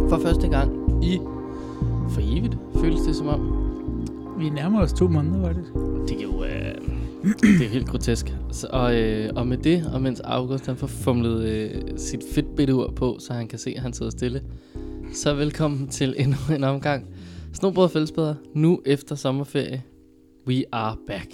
for første gang i for evigt, føles det som om. Vi nærmer os 2 måneder, faktisk. Det er jo det er helt grotesk. Så, og med det, og mens August han får fumlet sit Fitbit-ur på, så han kan se, at han sidder stille, så velkommen til endnu en omgang Snobrød og Fællesbedre. Nu efter sommerferie, we are back.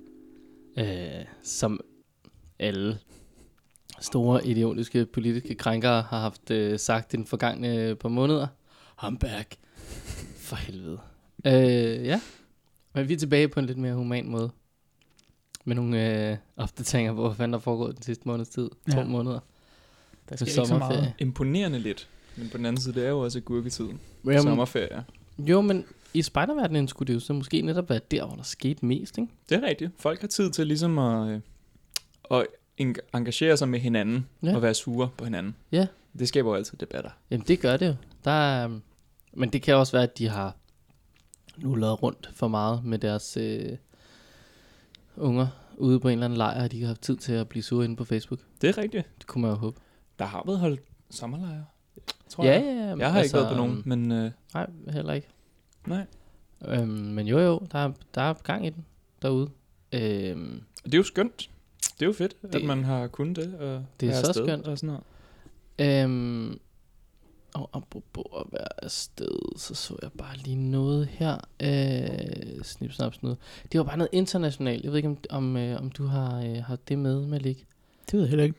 Som alle store idiotiske politiske krænkere har haft sagt i den forgangne par måneder. I'm back. For helvede. Ja. Men vi er tilbage på en lidt mere human måde. Med nogle opdateringer på, hvad fanden der foregår den sidste måneds tid. 2 måneder. Der skal ikke så meget. Imponerende lidt. Men på den anden side, det er jo også gurketiden. Sommerferie. Jo, men i spejderverdenen skulle det jo så måske netop være der, hvor der skete mest, ikke? Det er rigtigt. Folk har tid til ligesom at engagere sig med hinanden, ja. Og være sure på hinanden. Ja. Det skaber jo altid debatter. Jamen det gør det jo. Men det kan også være, at de har nullet rundt for meget med deres unger ude på en eller anden lejr, og de har haft tid til at blive sure inde på Facebook. Det er rigtigt. Det kunne man jo håbe. Der har været holdt sommerlejre, tror jeg. Ja. Jeg har ikke været på nogen, men... Nej, heller ikke. Nej. Men jo, der er gang i den derude. Det er jo skønt. Det er jo fedt, at man har kunnet det. Og det er så skønt. Og sådan noget. Og apropos at være afsted, så jeg bare lige noget her. Snip, snap, snud. Det var bare noget internationalt. Jeg ved ikke, om du har det med, Malik. Det ved jeg heller ikke.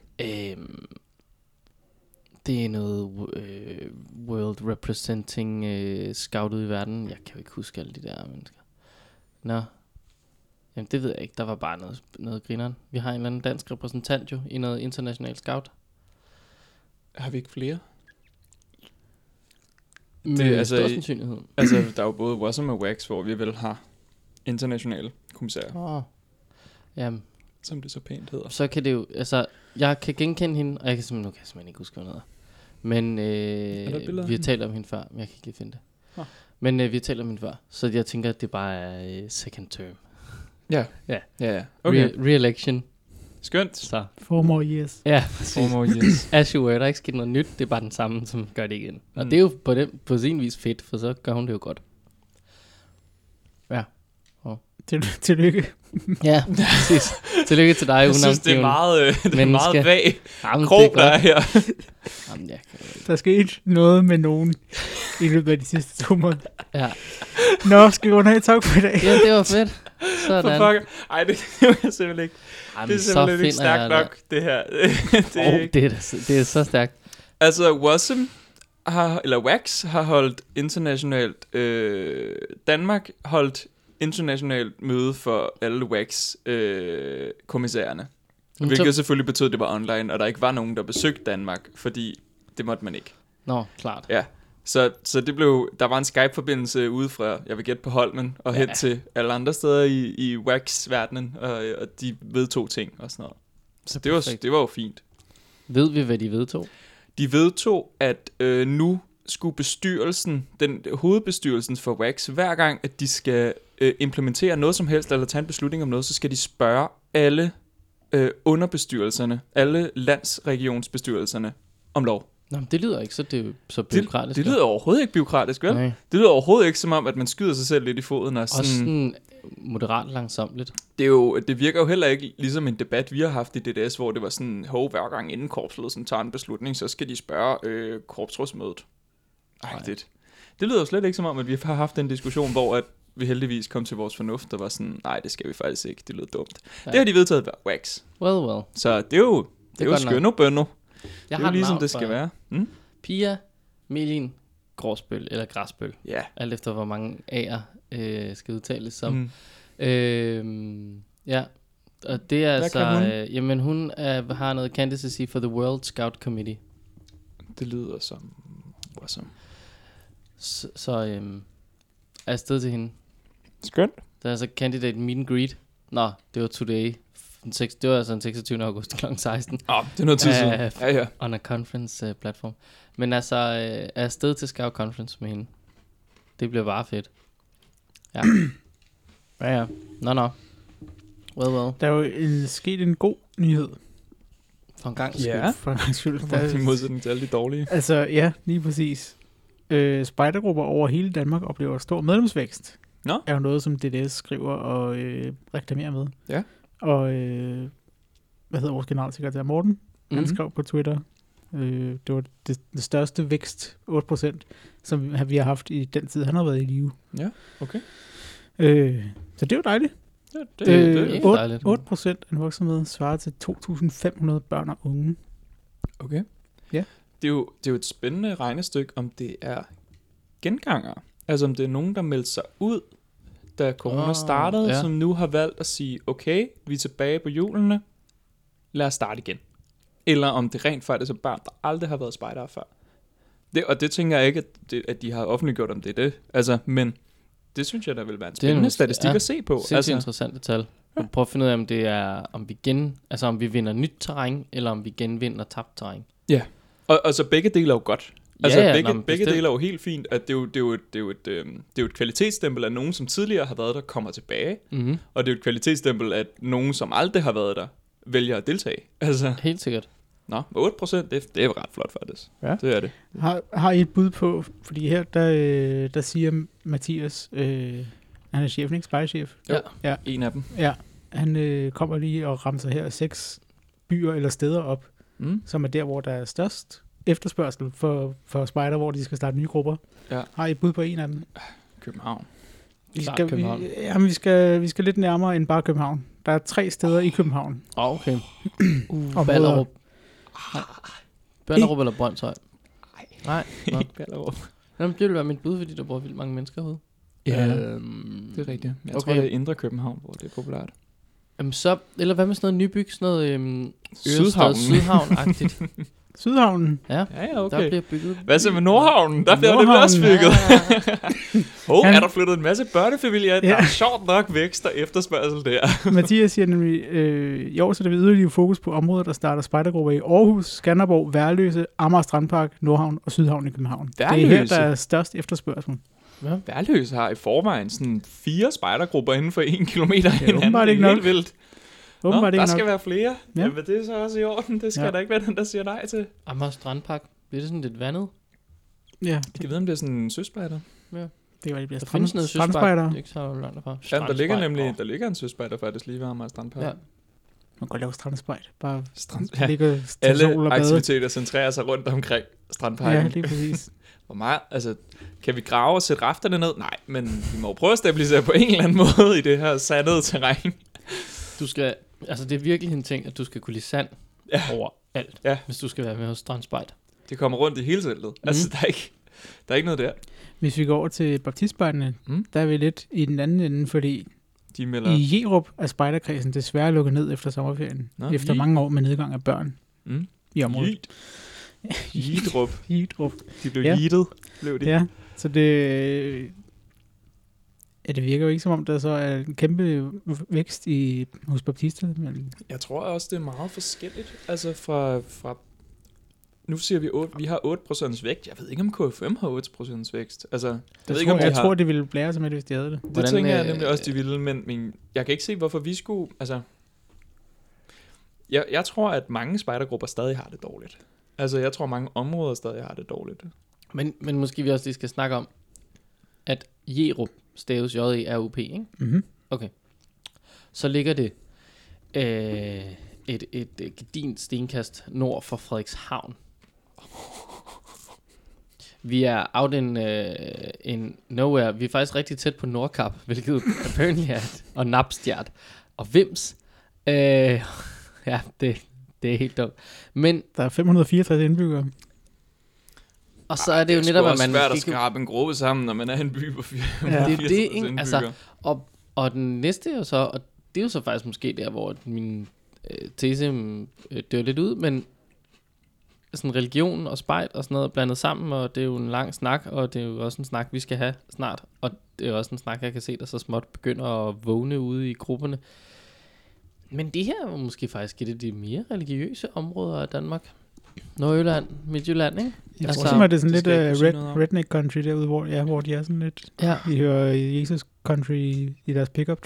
Det er noget World Representing Scout ud i verden. Jeg kan jo ikke huske alle de der mennesker. Nå. Jamen det ved jeg ikke. Der var bare noget grineren. Vi har en eller anden dansk repræsentant jo i noget international scout. Har vi ikke flere? Med stor sandsynlighed. Altså der er jo både Wasm og Wax, hvor vi vel har internationale kommissærer. Jamen. Som det så pænt hedder. Så kan det jo, altså, jeg kan genkende hende, og jeg kan simpelthen ikke huske, hvad hun hedder. Men vi har talt om hende før, men jeg kan ikke lige finde det. Men vi har talt om hende før, så jeg tænker, at det bare er second term. Ja. Okay. Re-election. Skønt. Så. 4 more years. Ja, præcis. 4 more years. As you were, der er ikke sket noget nyt, det er bare den samme, som gør det igen. Og det er jo på sin vis fedt, for så gør hun det jo godt. Ja. Tillykke. Ja, præcis. Tillykke til dig. Jeg synes, det er meget vag krog, der er her. Jamen, ja, der skete noget med nogen i løbet af de sidste 2 måneder. Ja. Nå, skal vi have tak for i dag? Ja, det var fedt. Sådan. Ej, det er simpelthen ikke. Jamen, det er simpelthen ikke stærkt nok, det her. Det er så stærkt. Altså, Wax har holdt internationalt. Danmark holdt internationalt møde for alle Wax-kommissærerne. Hvilket selvfølgelig betød, at det var online, og der ikke var nogen, der besøgte Danmark, fordi det måtte man ikke. Nå, klart. Ja, så det blev, der var en Skype-forbindelse ude fra, jeg vil gætte på Holmen, og hen til alle andre steder i Wax-verdenen, og de vedtog ting og sådan noget. Så det var jo fint. Ved vi, hvad de vedtog? De vedtog, at nu skulle hovedbestyrelsen for Wax, hver gang, at de skal implementere noget som helst, eller tage en beslutning om noget, så skal de spørge alle underbestyrelserne, alle landsregionsbestyrelserne om lov. Nå, men det lyder ikke så bureaukratisk. Det lyder overhovedet ikke bureaukratisk, vel? Nej. Det lyder overhovedet ikke som om, at man skyder sig selv lidt i foden. Og sådan moderat langsomt. Det virker jo heller ikke ligesom en debat, vi har haft i DDS, hvor det var sådan, hver gang inden korpsledelsen tager en beslutning, så skal de spørge korpsrådsmødet. Det lyder jo slet ikke som om, at vi har haft en diskussion, hvor at vi heldigvis kom til vores fornuft, der var sådan, nej, det skal vi faktisk ikke, det lyder dumt. Ja. Det har de vedtaget ved Wax. Well. Så det er jo skønno-bønno. Det er jo ligesom det skal være. Pia Melin Gråsbøl, eller Græsbøl. Ja. Alt efter hvor mange A'er skal udtales som. Ja, og det er jamen hun har noget candidacy for the World Scout Committee. Det lyder som awesome. Så afsted til hende. Skønt. Der er altså candidate meet and greet. Nå, det var today. Det var altså den 26. august kl. 16. Det er noget tid siden. Ja. On a conference platform. Men altså, afsted til Scout Conference med hende. Det bliver bare fedt. Ja. Ja. Nå. Well. Der er jo sket en god nyhed. For en gang skyld. Ja. For en gang skyld. Der er i modsætning til alle de dårlige. Altså, ja, lige præcis. spejdergrupper over hele Danmark oplever stor medlemsvækst. Nå. Er jo noget, som DDS skriver og reklamerer med. Ja. Og hvad hedder vores generalsekretær Morten? Han skrev på Twitter, det var det største vækst, 8%, som vi har haft i den tid, han har været i live. Ja, okay. Så det er jo dejligt. Ja, det er dejligt. 8% af en virksomhed svarer til 2.500 børn og unge. Okay. Ja. Det er jo et spændende regnestykke, om det er gengangere. Altså om det er nogen, der meldte sig ud, da corona startede, som nu har valgt at sige, okay, vi er tilbage på hjulene, lad os starte igen. Eller om det rent faktisk er børn, der aldrig har været spejdere før. Og det tænker jeg ikke, at de har offentliggjort, om det er det. Altså, men det synes jeg, der vil være en spændende statistik at se på. Det er interessante tal. Ja. Prøv at finde ud af, om det er, om vi vinder nyt terræn, eller om vi genvinder tabt terræn. Ja, og så begge dele er jo godt. Altså begge dele er jo helt fint, at det er jo et kvalitetsstempel af nogen, som tidligere har været der, kommer tilbage. Mm-hmm. Og det er jo et kvalitetsstempel af nogen, som aldrig har været der, vælger at deltage. Altså. Helt sikkert. Nå, 8%, det er ret flot faktisk. Ja. Det er det. Har I et bud på, fordi her, der siger Mathias, han er chefen, ikke? Spejderchef. Ja, en af dem. Ja, han kommer lige og ramser her 6 byer eller steder op, som er der, hvor der er størst efterspørgsel for spejder, hvor de skal starte nye grupper. Ja. Har I et bud på en af dem? København. Vi skal lidt nærmere end bare København. Der er 3 steder i København. Okay. Ballerup. Ballerup eller Brøndshøj? Nej. Ballerup. Jamen, det vil være mit bud, fordi der bor vildt mange mennesker herude. Ja, det er rigtigt. Jeg tror, det er Indre København, hvor det er populært. Så, eller hvad med sådan noget nybyg, sådan noget Sydhavn-agtigt? Sydhavnen? Ja, okay. Der bliver bygget. Hvad så med Nordhavnen? Der bliver det også bygget. Er der flyttet en masse børnefamilier? Der er sjovt nok vækst og efterspørgsel der. Mathias siger nemlig, i år så der vil yderligere fokus på områder, der starter spejdergrupper i Aarhus, Skanderborg, Værløse, Amager Strandpark, Nordhavn og Sydhavn i København. Værløse. Det er her, der er størst efterspørgsel. Ja. Værløse har i forvejen sådan 4 spejdergrupper inden for 1 kilometer hinanden. Det er helt vildt. Der skal være flere. Ja. Men det er så også i orden. Det skal der ikke være den, der siger nej til. Amager Strandpark. Bliver det sådan lidt vandet? Ja. Jeg ved, om det er sådan en søspejder. Ja. Det kan være, det bliver strandspejder. Det er ikke så langt derfra. Ja, der ligger en søspejder faktisk lige ved Amager Strandpark. Ja. Man kan lave strandspejder. Bare alle aktiviteter centrerer sig rundt omkring strandparken. Ja, lige præcis. Hvor meget, altså, kan vi grave og sætte rafterne ned? Nej, men vi må prøve at stabilisere på en eller anden måde i det her sandede terræn. Du skal, altså det er virkelig en ting, at du skal kunne lide sand over alt, hvis du skal være med hos strandspejder. Det kommer rundt i hele teltet. Altså, der er ikke noget der. Hvis vi går over til baptistspejderne, der er vi lidt i den anden ende, fordi i Jerup er spejderkredsen desværre lukket ned efter sommerferien. Efter mange år med nedgang af børn i området. Jidrup. De blev jiddet, blev de. Ja, så det virker jo ikke som om, der så er en kæmpe vækst hos baptisterne. Men jeg tror også, det er meget forskelligt. Altså fra nu siger vi, vi har 8% vækst. Jeg ved ikke, om KFM har 8% vækst. Altså, jeg tror, de ville blære sig med det, hvis de havde det. Det tænker jeg nemlig også, de ville, men jeg kan ikke se, hvorfor vi skulle. Altså, jeg tror, at mange spejdergrupper stadig har det dårligt. Altså, jeg tror, mange områder stadig har det dårligt. Men måske vi også lige skal snakke om, at Jerup staves J-E-R-U-P, ikke? Mm-hmm. Okay. Så ligger det et gedint stenkast nord for Frederikshavn. Vi er out in nowhere. Vi er faktisk rigtig tæt på Nordkap, hvilket apparently er og Napstjert og Vims. Ja, det er helt dumt. Men der er 564 indbyggere. Og så er det jo netop, at man... Det er svært at skrabe en gruppe sammen, når man er en by på 480 indbyggere. Altså, og den næste er jo så, og det er jo så faktisk måske der, hvor min tese dør lidt ud, men sådan religion og spejl og sådan noget blandet sammen, og det er jo en lang snak, og det er jo også en snak, vi skal have snart, og det er også en snak, jeg kan se, der så småt begynder at vågne ude i grupperne. Men det her er måske faktisk et af de mere religiøse områder af Danmark. Nordjylland, Midtjylland, ikke? Jeg tror simpelthen, det er sådan lidt redneck country derude, hvor de er sådan lidt... Ja. De hører Jesus country i deres pickup truck.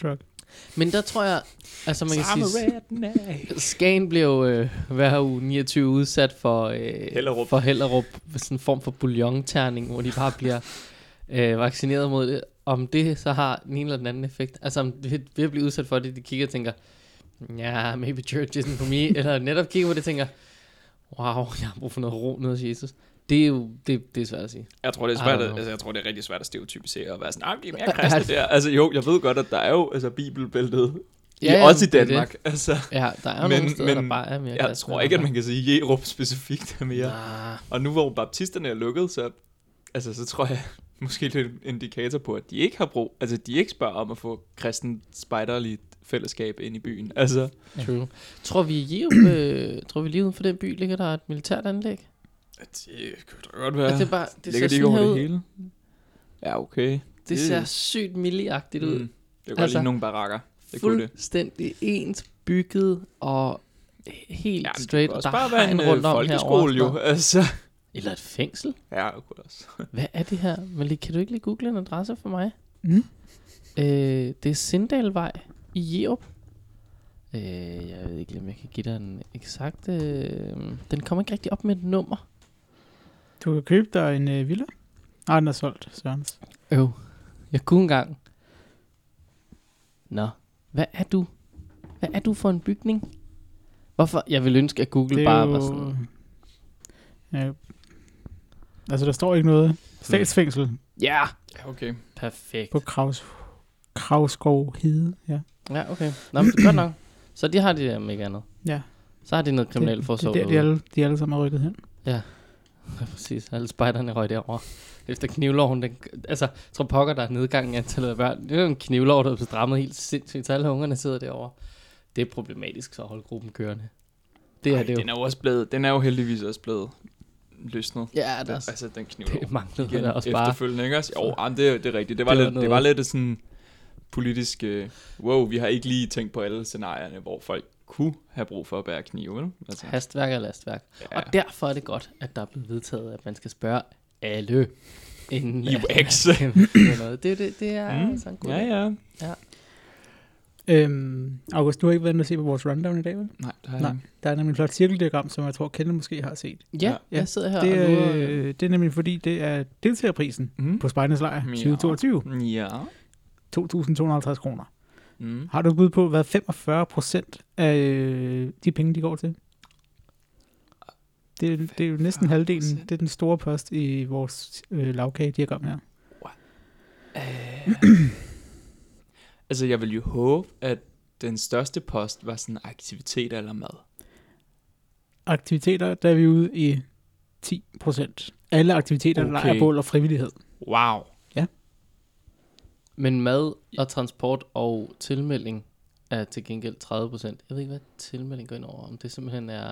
Men der tror jeg, altså man kan sige, Skagen blev hver uge 29 udsat for Hellerup, sådan en form for bouillon-terning, hvor de bare bliver vaccineret mod det. Om det så har den ene eller den anden effekt. Altså om det ved at blive udsat for det, de kigger og tænker, ja, maybe church isn't for me, eller netop kigger på det og tænker, wow, jeg har brug for noget ro, noget af Jesus. Det er jo det er svært at sige. Jeg tror det er svært jeg tror det er rigtig svært at stereotypisere og være sådan, de er mere kristne der. Altså jo, jeg ved godt at der er jo altså bibelbæltet også i Danmark. Det. Altså, ja, der er jo nogle steder der bare er mere kristne. Jeg tror ikke at man kan sige Jerup specifikt er mere. Og nu hvor baptisterne er lukket, så tror jeg måske lidt indikator på at de ikke har brug. Altså de ikke spørger om at få kristen spejderligt fællesskab ind i byen. Altså true. Tror vi lige uden for den by ligger der et militært anlæg? Det kan da godt være. Det bare, det ligger de ikke over det hele? Ja, okay. Det ser sygt milliagtigt ud. Det kan godt lige nogle barakker. Det fuldstændig ens bygget og helt straight. Det kan også bare være en folkeskole jo. Altså. Eller et fængsel. Ja, det kunne også. Hvad er det her? Men kan du ikke lige google en adresse for mig? Det er Sindalvej i Jerup. Jeg ved ikke, om jeg kan give dig en eksakt... den kommer ikke rigtig op med et nummer. Du kan købe dig en villa? Nej, den er solgt, Sørens. Jeg kunne engang. Nå, hvad er du? Hvad er du for en bygning? Hvorfor? Jeg vil ønske, at Google bare var sådan... Ja. Altså, der står ikke noget. Statsfængsel. Ja, okay. Perfekt. På Kravskov Hede, ja. Ja, okay. Nå, men det er godt nok. Så de har de der med andet. Ja. Så har de noget kriminalforsorg. Det er de alle sammen er rykket hen. Ja, præcis. Alle spejderne røg derovre. Efter knivloven, jeg tror pokker, der er nedgangen i antallet af børn. Det er jo en knivlov, der er strammet helt sindssygt, så alle ungerne sidder derovre. Det er problematisk så at holde gruppen kørende. Det er det jo. Den er jo heldigvis også blevet løsnet. Ja, altså den knivlov. Det manglede der også bare. Efterfølgende, ikke også? Jo, det er rigtigt. Det var lidt sådan politisk, vi har ikke lige tænkt på alle scenarierne, hvor folk kunne have brug for at bære knive, vel? Altså. Hastværk og lastværk. Ja. Og derfor er det godt, at der er blevet vedtaget, at man skal spørge alle inden i UX. Det er altså en god ja. August, du har ikke været med at se på vores rundown i dag, vel? Nej, det har jeg ikke. Der er nemlig et flot cirkeldiagram, som jeg tror, Kjelle måske har set. Ja, jeg sidder her det er nemlig fordi, det er deltagerprisen på Spejdernes Lejr 2022. Ja. 2.250 kroner. Har du bud på, hvad 45% af de penge, de går til? Det er jo næsten halvdelen. Det er den store post i vores lavkagediagram her. Altså, jeg vil jo håbe, at den største post var sådan aktiviteter eller mad. Aktiviteter, der er vi ude i 10%. Alle aktiviteter, lejrbål og frivillighed. Wow. Ja. Men mad og transport og tilmelding er til gengæld 30%. Jeg ved ikke, hvad tilmelding går ind over. Om det simpelthen er...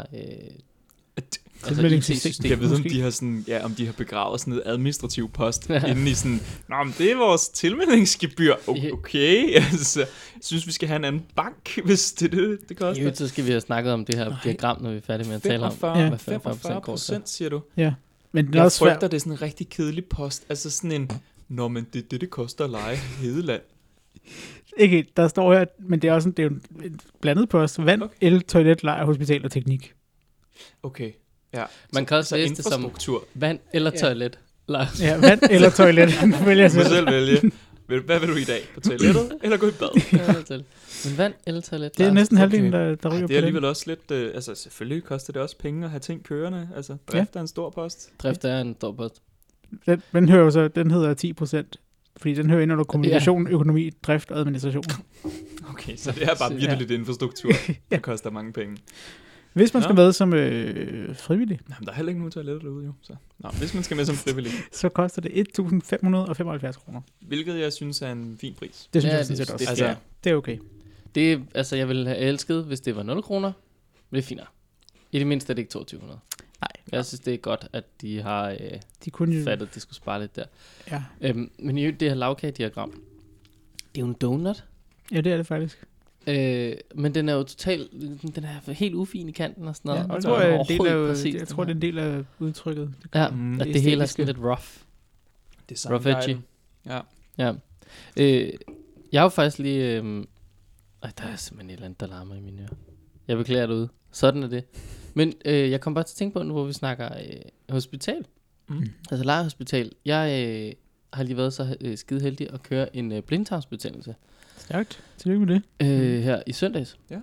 tilmeldingssystem. Jeg ved, om de har sådan, om de har begravet sådan et administrativ post inde i sådan, nå, men det er vores tilmeldingsgebyr. Okay, altså, jeg synes, vi skal have en anden bank, hvis det koster. Så skal vi have snakket om det her diagram, når vi er færdige med at tale om, hvad 45% siger du? Ja. Men jeg frygter, det er sådan en rigtig kedelig post. Altså sådan en, nå, men det koster at lege Hedeland. Ikke, der står her, men det er også det er en blandet post. Vand, el, toilet, lejr, hospital og teknik. Okay, ja. Man kan også læse det som vand eller toilet. Ja, vand eller toilet. Du må selv vælge. Hvad vil du i dag? På toilettet eller gå i bad? Men vand eller toilet. Det er næsten halvdelen, der ryger på det. Det er alligevel også lidt... altså, selvfølgelig koster det også penge at have ting kørende. Altså, drift er en stor post. Drift er en stor post. Den hedder 10%. Fordi den hører ind under kommunikation, økonomi, drift og administration. Okay, så det er bare virkelig lidt infrastruktur, der koster mange penge. Hvis man skal med som frivillig. Jamen, der er heller ikke nogen toiletter derude, jo. Så. Nå, hvis man skal med som frivillig. Så koster det 1.575 kroner. Hvilket jeg synes er en fin pris. Det synes jeg sådan set også. Altså, det er okay. Altså, jeg ville have elsket, hvis det var 0 kroner. Men det er finere. I det mindste er det ikke 2200. Nej. Jeg synes, det er godt, at de har fattet, at de skulle spare lidt der. Ja. Men i det her lavkagediagram, det er jo en donut. Ja, det er det faktisk. Men den er jo totalt, den er helt ufin i kanten og sådan noget. Ja, jeg tror, det er en del af udtrykket. At det hele er sådan lidt rough. Det er rough edgy. Ja. Jeg har jo faktisk lige Der er simpelthen et eller andet, der larmer i mine ører. Jeg beklager det ude. Sådan er det. Men jeg kom bare til at tænke på nu, hvor vi snakker hospital. Altså lejehospital. Jeg har lige været så skide heldig at køre en blindtarmsbetændelse. Stærkt. Tillykke med det. Her i søndags. Ja.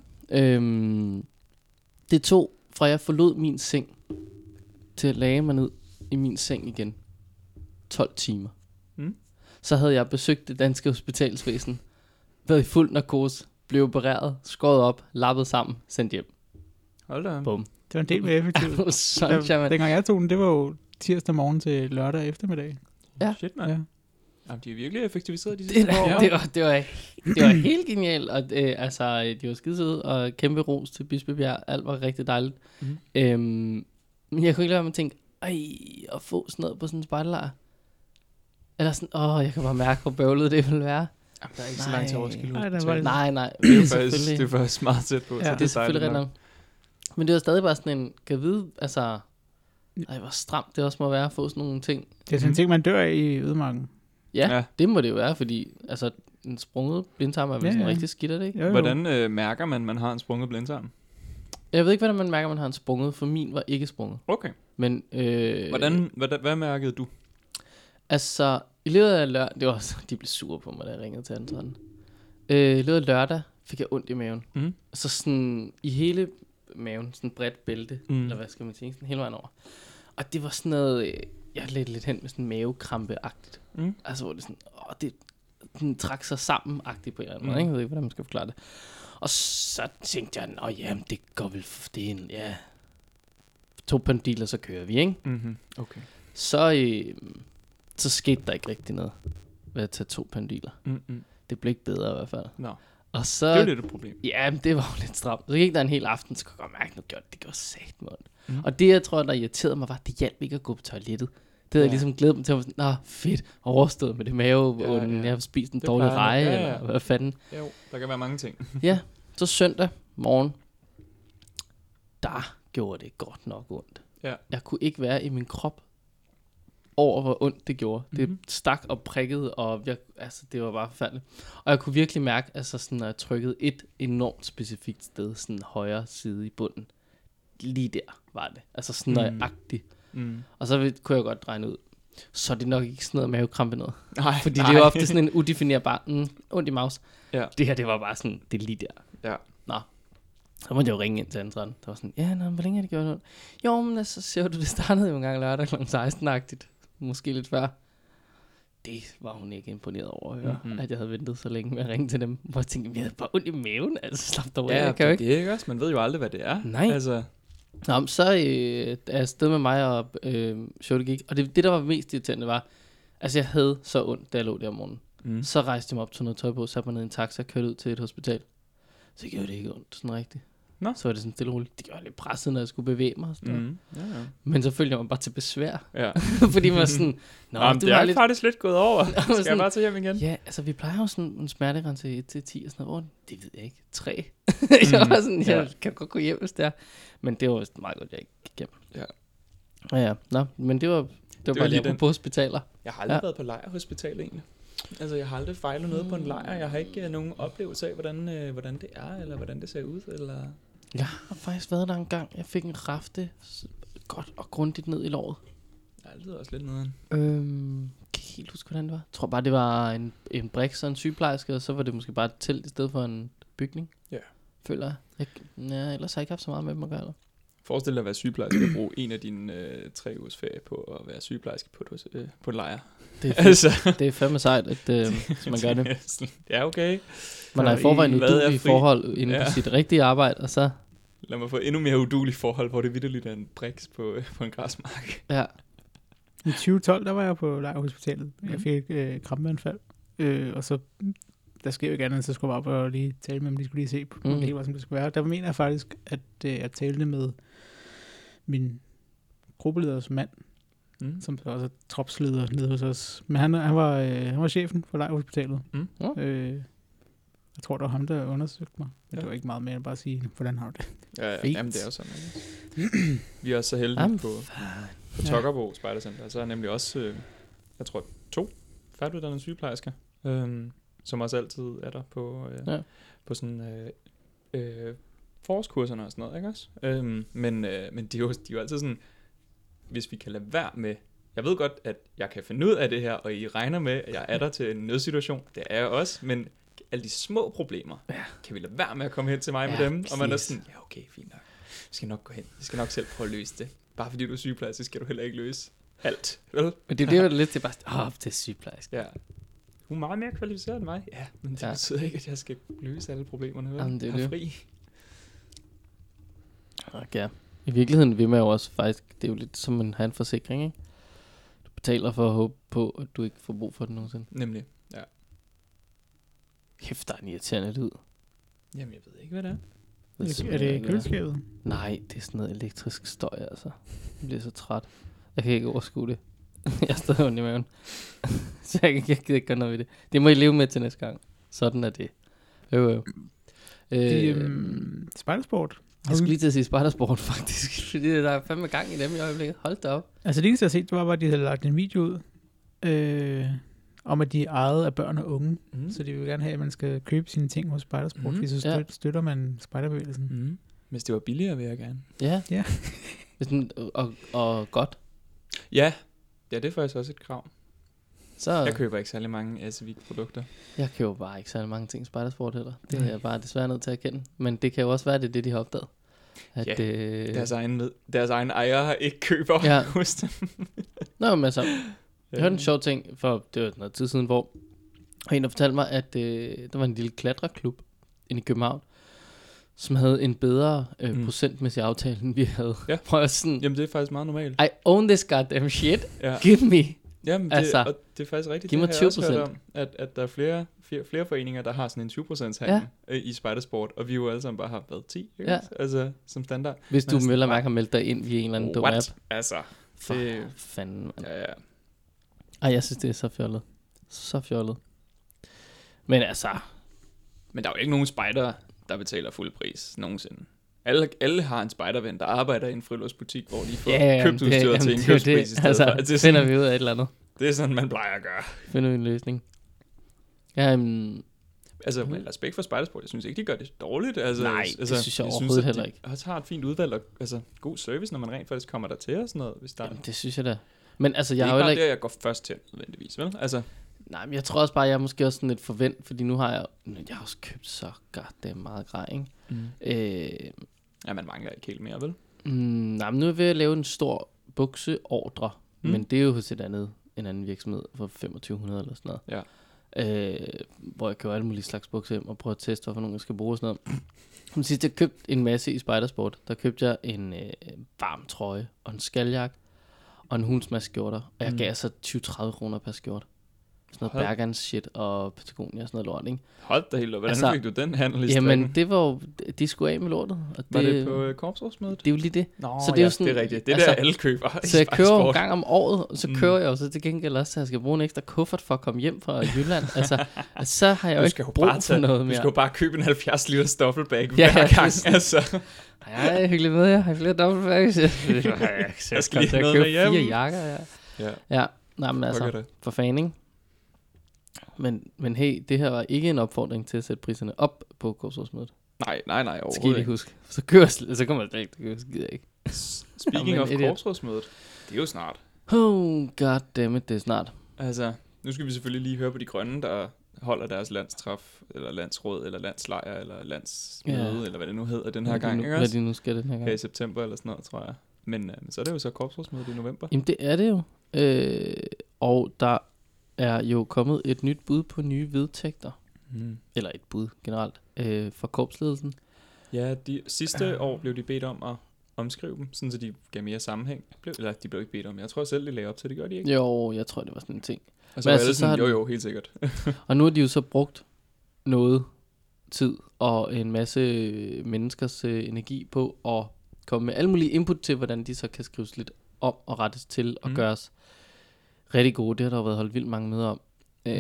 Det tog fra jeg forlod min seng til at lagde mig ned i min seng igen 12 timer. Så havde jeg besøgt det danske hospitalsvæsen, været i fuld narkose, blev opereret, skåret op, lappet sammen, sendt hjem. Hold da. Bum. Det var en del mere effektivt. Dengang jeg tog den, det var jo tirsdag morgen til lørdag eftermiddag. Ja. Shit, man. Ja. Jamen, de er virkelig effektiviseret de sidste år. Det var helt genialt, og de var skide søde, og kæmpe ros til Bispebjerg. Alt var rigtig dejligt. Men jeg kunne ikke lade være med at tænke, at få sådan noget på sådan en spejderlejr. Eller sådan, jeg kan bare mærke, hvor bøvlet det ville være. Jamen, der er ikke så langt til Roskilde. Nej. Det er faktisk meget tæt på. Ja, det er selvfølgelig rigtig nok. Men det var stadig bare sådan en, kan vide, altså, hvor stramt det også må være at få sådan nogle ting. Det er sådan en ting, man dør i ødemarken. Ja, det må det jo være, fordi altså, en sprunget blindtarm er vel sådan rigtig skidt, er det ikke? Jo. Hvordan mærker man har en sprunget blindtarm? Jeg ved ikke, hvordan man mærker, man har en sprunget, for min var ikke sprunget. Okay. Men, hvad mærkede du? Altså, i løbet af lørdag, det var også, de blev sure på mig, da jeg ringede til Anton. I løbet af lørdag fik jeg ondt i maven. Så sådan, i hele maven, sådan bredt bælte, eller hvad skal man sige, sådan hele vejen over. Og det var sådan noget, jeg ledte lidt hen med sådan mavekrampe-agtigt. Altså, hvor det sådan, den trak sig sammen-agtigt på en eller anden måde, ikke? Jeg ved ikke, hvordan man skal forklare det. Og så tænkte jeg, jamen, det går vel, det er en, 2 Panodiler, så kører vi, ikke? Okay. Så skete der ikke rigtig noget ved at tage 2 Panodiler. Det blev ikke bedre i hvert fald. No. Og så, det var lidt et problem. Ja, men det var jo lidt stramt. Så gik der en hel aften, så kunne jeg godt mærke, at det gjorde satme ondt. Og det, jeg tror, der irriterede mig, var, at det hjalp ikke at gå på toilettet. Det havde jeg ligesom glædet mig til, at være sådan, fedt, overstået med det mave, jeg har spist en dårlig reje, eller hvad fanden. Jo, der kan være mange ting. Ja, så søndag morgen, der gjorde det godt nok ondt. Ja. Jeg kunne ikke være i min krop over, hvor ondt det gjorde. Det stak og prikkede, og det var bare forfærdeligt. Og jeg kunne virkelig mærke, altså sådan, når jeg trykkede et enormt specifikt sted, sådan højre side i bunden. Lige der var det. Altså sådan nøjagtigt. Og så kunne jeg godt regne ud. Så det er nok ikke sådan noget mavekrampe noget. Fordi det er jo ofte sådan en udefinerbar, ondt i maus. Ja. Det her, det var bare sådan, det er lige der. Ja. Nå. Så måtte jeg jo ringe ind til Anton. Der var sådan, hvor længe har det gjort ondt? Jo, men så ser du, det startede jo en gang lørdag kl. 16-agtigt. Måske lidt før. Det var hun ikke imponeret over at høre, at jeg havde ventet så længe med at ringe til dem. Hvor jeg tænkte, jeg havde bare ondt i maven. Altså, slap dig over. Ja, det er ikke også. Man ved jo aldrig, hvad det er. Nej. Altså. Nå, så er jeg afsted med mig, og showet gik. Og det, der var mest irriterende, var, altså jeg havde så ondt, da jeg lå der om morgenen. Så rejste jeg mig op, tog noget tøj på, satte mig ned i en taxa og kørte ud til et hospital. Så gjorde det ikke ondt, sådan rigtigt. Nå. Så var det sådan stille og roligt. Det gjorde lidt presset, når jeg skulle bevæge mig. Sådan ja. Men så følte jeg mig bare til besvær. Ja. Fordi man var sådan, det er lidt faktisk lidt gået over. Skal jeg bare tage hjem igen? Ja, altså vi plejer jo sådan en smertegrænse 1 til 10 og sådan noget. Det ved jeg ikke. 3. Jeg var sådan, jeg kan godt gå hjem, hvis det er. Men det var meget godt, jeg ikke gik hjem. Ja. Nå, men det var bare lige på hospitaler. Jeg har aldrig været på lejrhospital egentlig. Altså, jeg har aldrig fejlet noget på en lejr. Jeg har ikke nogen oplevelse af, hvordan det er, eller hvordan det ser ud, eller... Jeg har faktisk været der en gang. Jeg fik en rafte godt og grundigt ned i låret. Jeg har altid også lidt nederen. Kan ikke helt huske, hvordan det var. Jeg tror bare, det var en briks og en sygeplejerske, og så var det måske bare et telt i stedet for en bygning. Ja. Føler jeg. Ellers har jeg ikke haft så meget med dem at gøre. Forestil dig at være sygeplejerske og bruge en af dine 3 ugers ferie på at være sygeplejerske på en lejr. Det er fandme sejt, at man gør det. Ja, okay. Man er i forvejen udulige forhold inden for sit rigtige arbejde, og så... Lad mig få endnu mere udulige forhold, hvor det vitterligt er en briks på en græsmark. Ja. I 2012, der var jeg på lejrhospitalet. Jeg fik krampeanfald. Og så... Der sker jo ikke andet, så skulle jeg bare op og lige tale med dem. De skulle lige se på, om det var, som det skulle være. Der mener jeg faktisk, at jeg talte med min gruppeleders mand, som også er tropsleder nede hos os. Men han var chefen for lejrhospitalet. Jeg tror, det var ham, der undersøgte mig. Men det var ikke meget mere end bare at sige, hvordan har du det? Ja, jamen det er jo sådan. Vi er også så heldige på Tokkerbo Spejdercenter. Så er nemlig også, jeg tror, 2 færdiguddannede sygeplejersker. som også altid er der på sådan forårskurserne og sådan noget, ikke også? Men de er jo altid sådan, hvis vi kan lade være med, jeg ved godt, at jeg kan finde ud af det her, og I regner med, at jeg er der til en nødsituation, det er jeg også, men alle de små problemer, kan vi lade være med at komme hen til mig med dem, og man er sådan, ja okay, fint nok, vi skal nok gå hen, vi skal nok selv prøve at løse det. Bare fordi du er sygeplejerske, skal du heller ikke løse alt, vel? Men det er jo lidt til bare, det er sygeplejerske. Ja. Hun er meget mere kvalificeret end mig. Ja, men det betyder ikke, at jeg skal løse alle problemerne, vel? Jamen, det er jeg er fri. Ja. I virkeligheden vil man jo også faktisk, det er jo lidt som en forsikring, ikke? Du betaler for at håbe på, at du ikke får brug for det nogensinde. Nemlig, ja. Kæft, der er en irriterende lyd. Jamen, jeg ved ikke, hvad det er. Er det køleskabet? Nej, det er sådan noget elektrisk støj, altså. Jeg bliver så træt. Jeg kan ikke overskue det. Jeg er stadig ondt i maven. Så jeg gider ikke gøre noget ved det. Det må I leve med til næste gang. Sådan er det. Spejdersport. Jeg skulle lige til at sige Spejdersport, faktisk. Fordi der er fandme gang i dem i øjeblikket. Hold da op. Altså det eneste, jeg har set, det var bare, at de havde lagt en video ud, om at de er ejet af børn og unge. Så de vil gerne have, at man skal købe sine ting hos Spejdersport, fordi så støtter man spejderbevægelsen. Hvis det var billigere, vil jeg gerne. Ja. og godt. Ja, det er faktisk også et krav. Så jeg køber ikke særlig mange Asevik-produkter. Jeg køber bare ikke særlig mange ting i Spejdersport heller. Det er jeg bare desværre nødt til at erkende. Men det kan jo også være, det de har opdaget. At, deres egen ejer ikke køber hos dem. Nå, men altså, jeg hørte en sjov ting, for det var noget tid siden, hvor en der fortalte mig, at der var en lille klatreklub inde i København, som havde en bedre procentmæssig aftale, end vi havde. Ja. Sådan, jamen, det er faktisk meget normalt. I own this goddamn shit. Give me. Jamen, og det er faktisk rigtigt. Giv mig 20%. At der er flere foreninger, der har sådan en 20% handel i Spejdersport, og vi jo alle sammen bare har været 10, ikke? Altså, som standard. Hvis du har meldt dig ind via en eller anden dum app. Altså, for fanden, man. Ja. Ej, jeg synes, det er så fjollet. Så fjollet. Men altså... Men der er jo ikke nogen spejdere, der betaler fuld pris nogensinde. Alle har en spejderven, der arbejder i en friluftsbutik, hvor de får købt udstyret til en købspris i stedet for. Det finder vi ud af et eller andet. Det er sådan, man plejer at gøre. Finder vi en løsning. Altså, med respekt for Spejdersport, jeg synes ikke, de gør det dårligt. Altså, nej, det synes jeg overhovedet heller ikke. De har et fint udvalg og god service, når man rent faktisk kommer der til og sådan noget. Hvis der det synes jeg da. Men altså, jeg har jo ikke... Det er ikke bare der, jeg går først til, nødvendigvis, vel? Altså... Nej, men jeg tror også bare, jeg er måske også sådan lidt forvent, fordi nu har jeg har også købt så goddamn meget grej, ikke? Ja, man mangler ikke helt mere, vel? Nej, men nu er jeg ved at lave en stor bukseordre, men det er jo hos en anden virksomhed for 2500 eller sådan noget. Ja. Hvor jeg køber alle mulige slags bukser hjem og prøver at teste, hvorfor nogen skal bruge sådan noget. Men sidst jeg købte en masse i Spejdersport, der købte jeg en varm trøje og en skaljakke og en hundsmask skjorter, og jeg gav så 20-30 kroner per skjorte. Sådan noget Bergans shit og Patagonia og sådan noget lort, ikke? Hold da helt op. Hvordan fik du den handel i strikken? Jamen, det var jo... De skulle af med lortet. Og var det på korpsrådsmødet? Det er jo lige det. Nå, så det er jo sådan, det er rigtigt. Det der alle køber. Så jeg kører en gang om året, og så kører jeg jo så til gengæld også, at jeg skal bruge en ekstra kuffert for at komme hjem fra Jylland. Altså, så har jeg jo ikke brug for noget mere. Du skal jo bare købe en 70 liter stoffelbag hver gang. Altså. Ja, hyggelig med jer. Jeg har flere dobbeltbags. Jeg skal lige have noget med hjem. 4 jakker, ja. Nej, men altså, for faning. Men hey, det her var ikke en opfordring til at sætte priserne op på korpsrådsmødet. Nej, overhovedet skal I ikke huske. Så kommer det ikke, det gider jeg ikke. Speaking of korpsrådsmødet, det er jo snart. Oh goddammit, det er snart. Altså, nu skal vi selvfølgelig lige høre på de grønne, der holder deres landstræf, eller landsråd, eller landslejr, eller landsmøde, eller hvad det nu hedder den her gang. Hvad de nu skal den her gang. Her i september eller sådan noget, tror jeg. Men så er det jo så korpsrådsmødet i november. Jamen det er det jo. Og der er jo kommet et nyt bud på nye vedtægter. Eller et bud generelt for korpsledelsen. Ja, sidste år blev de bedt om at omskrive dem, sådan så de gav mere sammenhæng. Eller de blev ikke bedt om. Jeg tror selv, de lagde op til det, gør de ikke? Jo, jeg tror, det var sådan en ting. Og så var alle sådan, jo, helt sikkert. Og nu har de jo så brugt noget tid og en masse menneskers energi på at komme med alle mulige input til, hvordan de så kan skrives lidt om og rettes til og gøres rigtig gode. Det har der været holdt vildt mange møder om.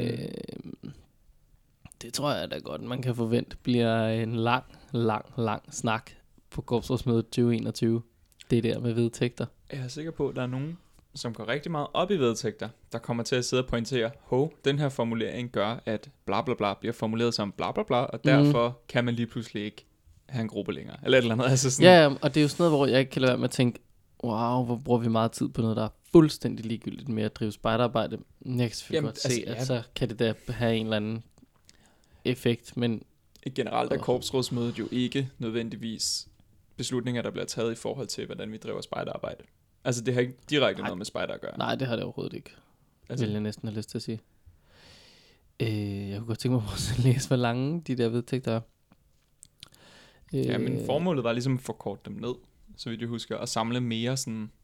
Det tror jeg da godt, man kan forvente bliver en lang snak på korpsrådsmødet 2021. Det der med vedtægter. Jeg er sikker på, at der er nogen som går rigtig meget op i vedtægter, der kommer til at sidde og pointere, den her formulering gør, at bla bla bla bliver formuleret som bla bla bla, og derfor kan man lige pludselig ikke have en gruppe længere, eller et eller andet. Altså sådan. Ja, og det er jo sådan noget, hvor jeg ikke kan lade være med at tænke, wow, hvor bruger vi meget tid på noget, der er fuldstændig ligegyldigt med at drive spejderarbejde. Jeg kan selvfølgelig godt se, at så kan det da have en eller anden effekt, men... Generelt er korpsrådsmødet jo ikke nødvendigvis beslutninger, der bliver taget i forhold til, hvordan vi driver spejderarbejde. Altså, det har ikke direkte noget med spejder at gøre. Nej, det har det overhovedet ikke. Altså, Vil jeg næsten have lyst til at sige. Jeg kunne godt tænke mig at læse, hvor lange de der vedtægter er. Ja, men formålet var ligesom at forkorte dem ned, så vidt jeg husker, og samle mere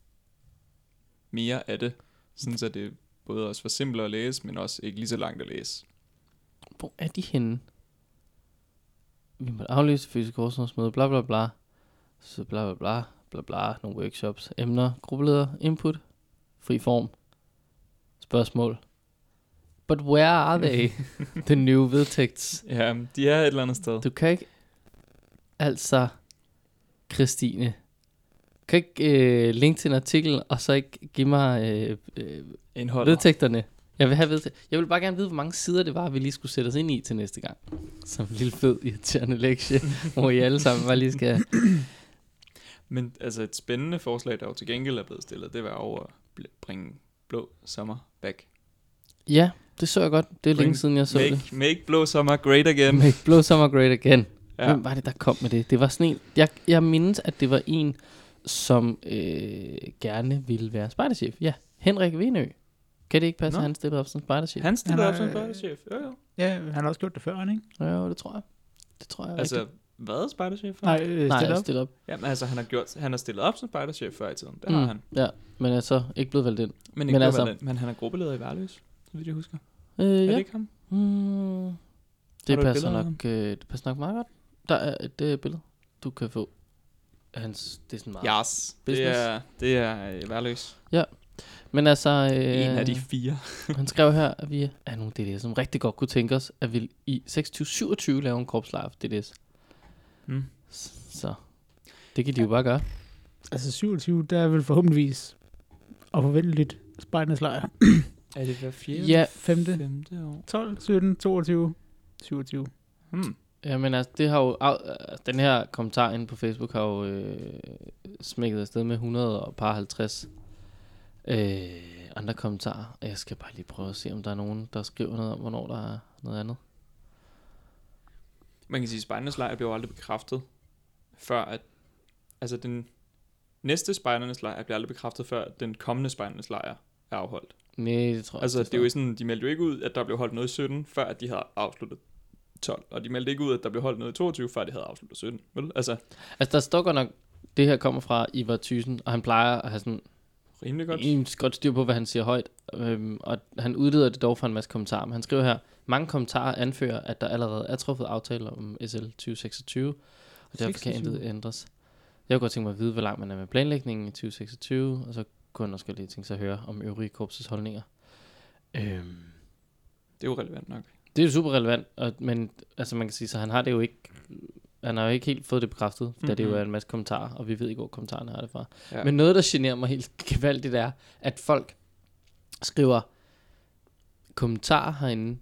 af det, sådan så det både også var simplere at læse, men også ikke lige så langt at læse. Hvor er de henne? Vi må aflyse fysisk årsmøde, bla bla bla. Så bla bla bla, bla bla, nogle workshops, emner, gruppeleder, input, fri form, spørgsmål. But where are they? The new vedtægts. Ja, de er et eller andet sted. Du kan ikke, altså, Christine, kan ikke linke til en artikel, og så ikke give mig vedtægterne. Jeg vil have vedtægter. Jeg vil bare gerne vide, hvor mange sider det var, vi lige skulle sætte os ind i til næste gang. Som en lille fed, irriterende lektie, hvor I alle sammen bare lige skal... Men altså et spændende forslag, der jo til gengæld er blevet stillet, det var over at bringe blå sommer back. Ja, det så jeg godt. Det er længe siden, jeg så det. Make blå sommer great again. Make blå sommer great again. Ja. Hvem var det, der kom med det? Det var sådan en... Jeg mindes, at det var en, som gerne ville være spejderchef. Ja, Henrik Venø. Kan det ikke passe, at han stillede op som spejderchef? Han stillede op som spejderchef, jo. Ja, han har også gjort det før, ikke? Jo, det tror jeg. Det tror jeg altså, rigtigt. hvad spejderchef før? Nej, stillet op. Jamen altså, han har stillet op som spejderchef før i tiden. Det har han. Ja, men altså ikke blevet valgt ind. Men han er gruppeleder i Værløs, så vidt jeg husker. Ja. Er det ikke ham? Det passer nok meget godt. Der er et billede, du kan få. Det er sådan meget business. Det er Værløs. Ja. Men altså... en af de 4. Han skrev her, at vi er nogle DDS, som rigtig godt kunne tænke os, at vi i 26-27 lave en korpslejr for DDS. Så det kan de jo bare gøre. Altså 27, der er vel forhåbentligvis og forventeligt spejdernes lejr. Er det hver 4. Ja, 5. år? 12, 17, 22, 27. Ja, men altså, det har jo... den her kommentar inde på Facebook har jo smækket afsted med 150 andre kommentarer. Jeg skal bare lige prøve at se, om der er nogen, der skriver noget om, hvornår der er noget andet. Man kan sige, at spejdernes lejr bliver aldrig bekræftet, før at... Altså, den næste spejdernes lejr bliver aldrig bekræftet, før den kommende spejdernes lejr er afholdt. Nej, det tror jeg altså, det er jo sådan, de meldte jo ikke ud, at der blev holdt noget i 17, før at de havde afsluttet 12. Og de meldte ikke ud, at der blev holdt noget i 22, før de havde afsluttet 17. Vel? Altså, der står godt nok, det her kommer fra Ivar Thyssen, og han plejer at have sådan rimelig godt styr på, hvad han siger højt. Og han udleder det dog fra en masse kommentarer. Men han skriver her, mange kommentarer anfører, at der allerede er truffet aftaler om SL 2026, og derfor kan intet ændres. Jeg kunne godt tænke mig at vide, hvor langt man er med planlægningen i 2026, og så kunne han også lige tænke sig at høre om øvrige korpses holdninger. Det er jo relevant nok. Det er jo super relevant, men altså man kan sige, så han har jo ikke helt fået det bekræftet, da det jo er en masse kommentarer, og vi ved ikke, hvor kommentarerne har det fra. Ja. Men noget, der generer mig helt gevaldigt, er, at folk skriver kommentarer herinde,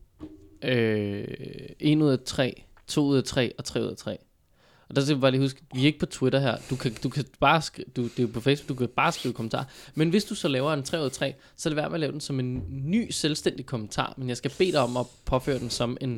1 ud af 3, 2 ud af 3 og 3 ud af 3. Og der skal vi bare lige huske, vi er ikke på Twitter her. Du kan bare det er jo på Facebook, du kan bare skrive kommentarer. Men hvis du så laver en 3 ud af 3, så er det værd med at lave den som en ny selvstændig kommentar. Men jeg skal bede dig om at påføre den som en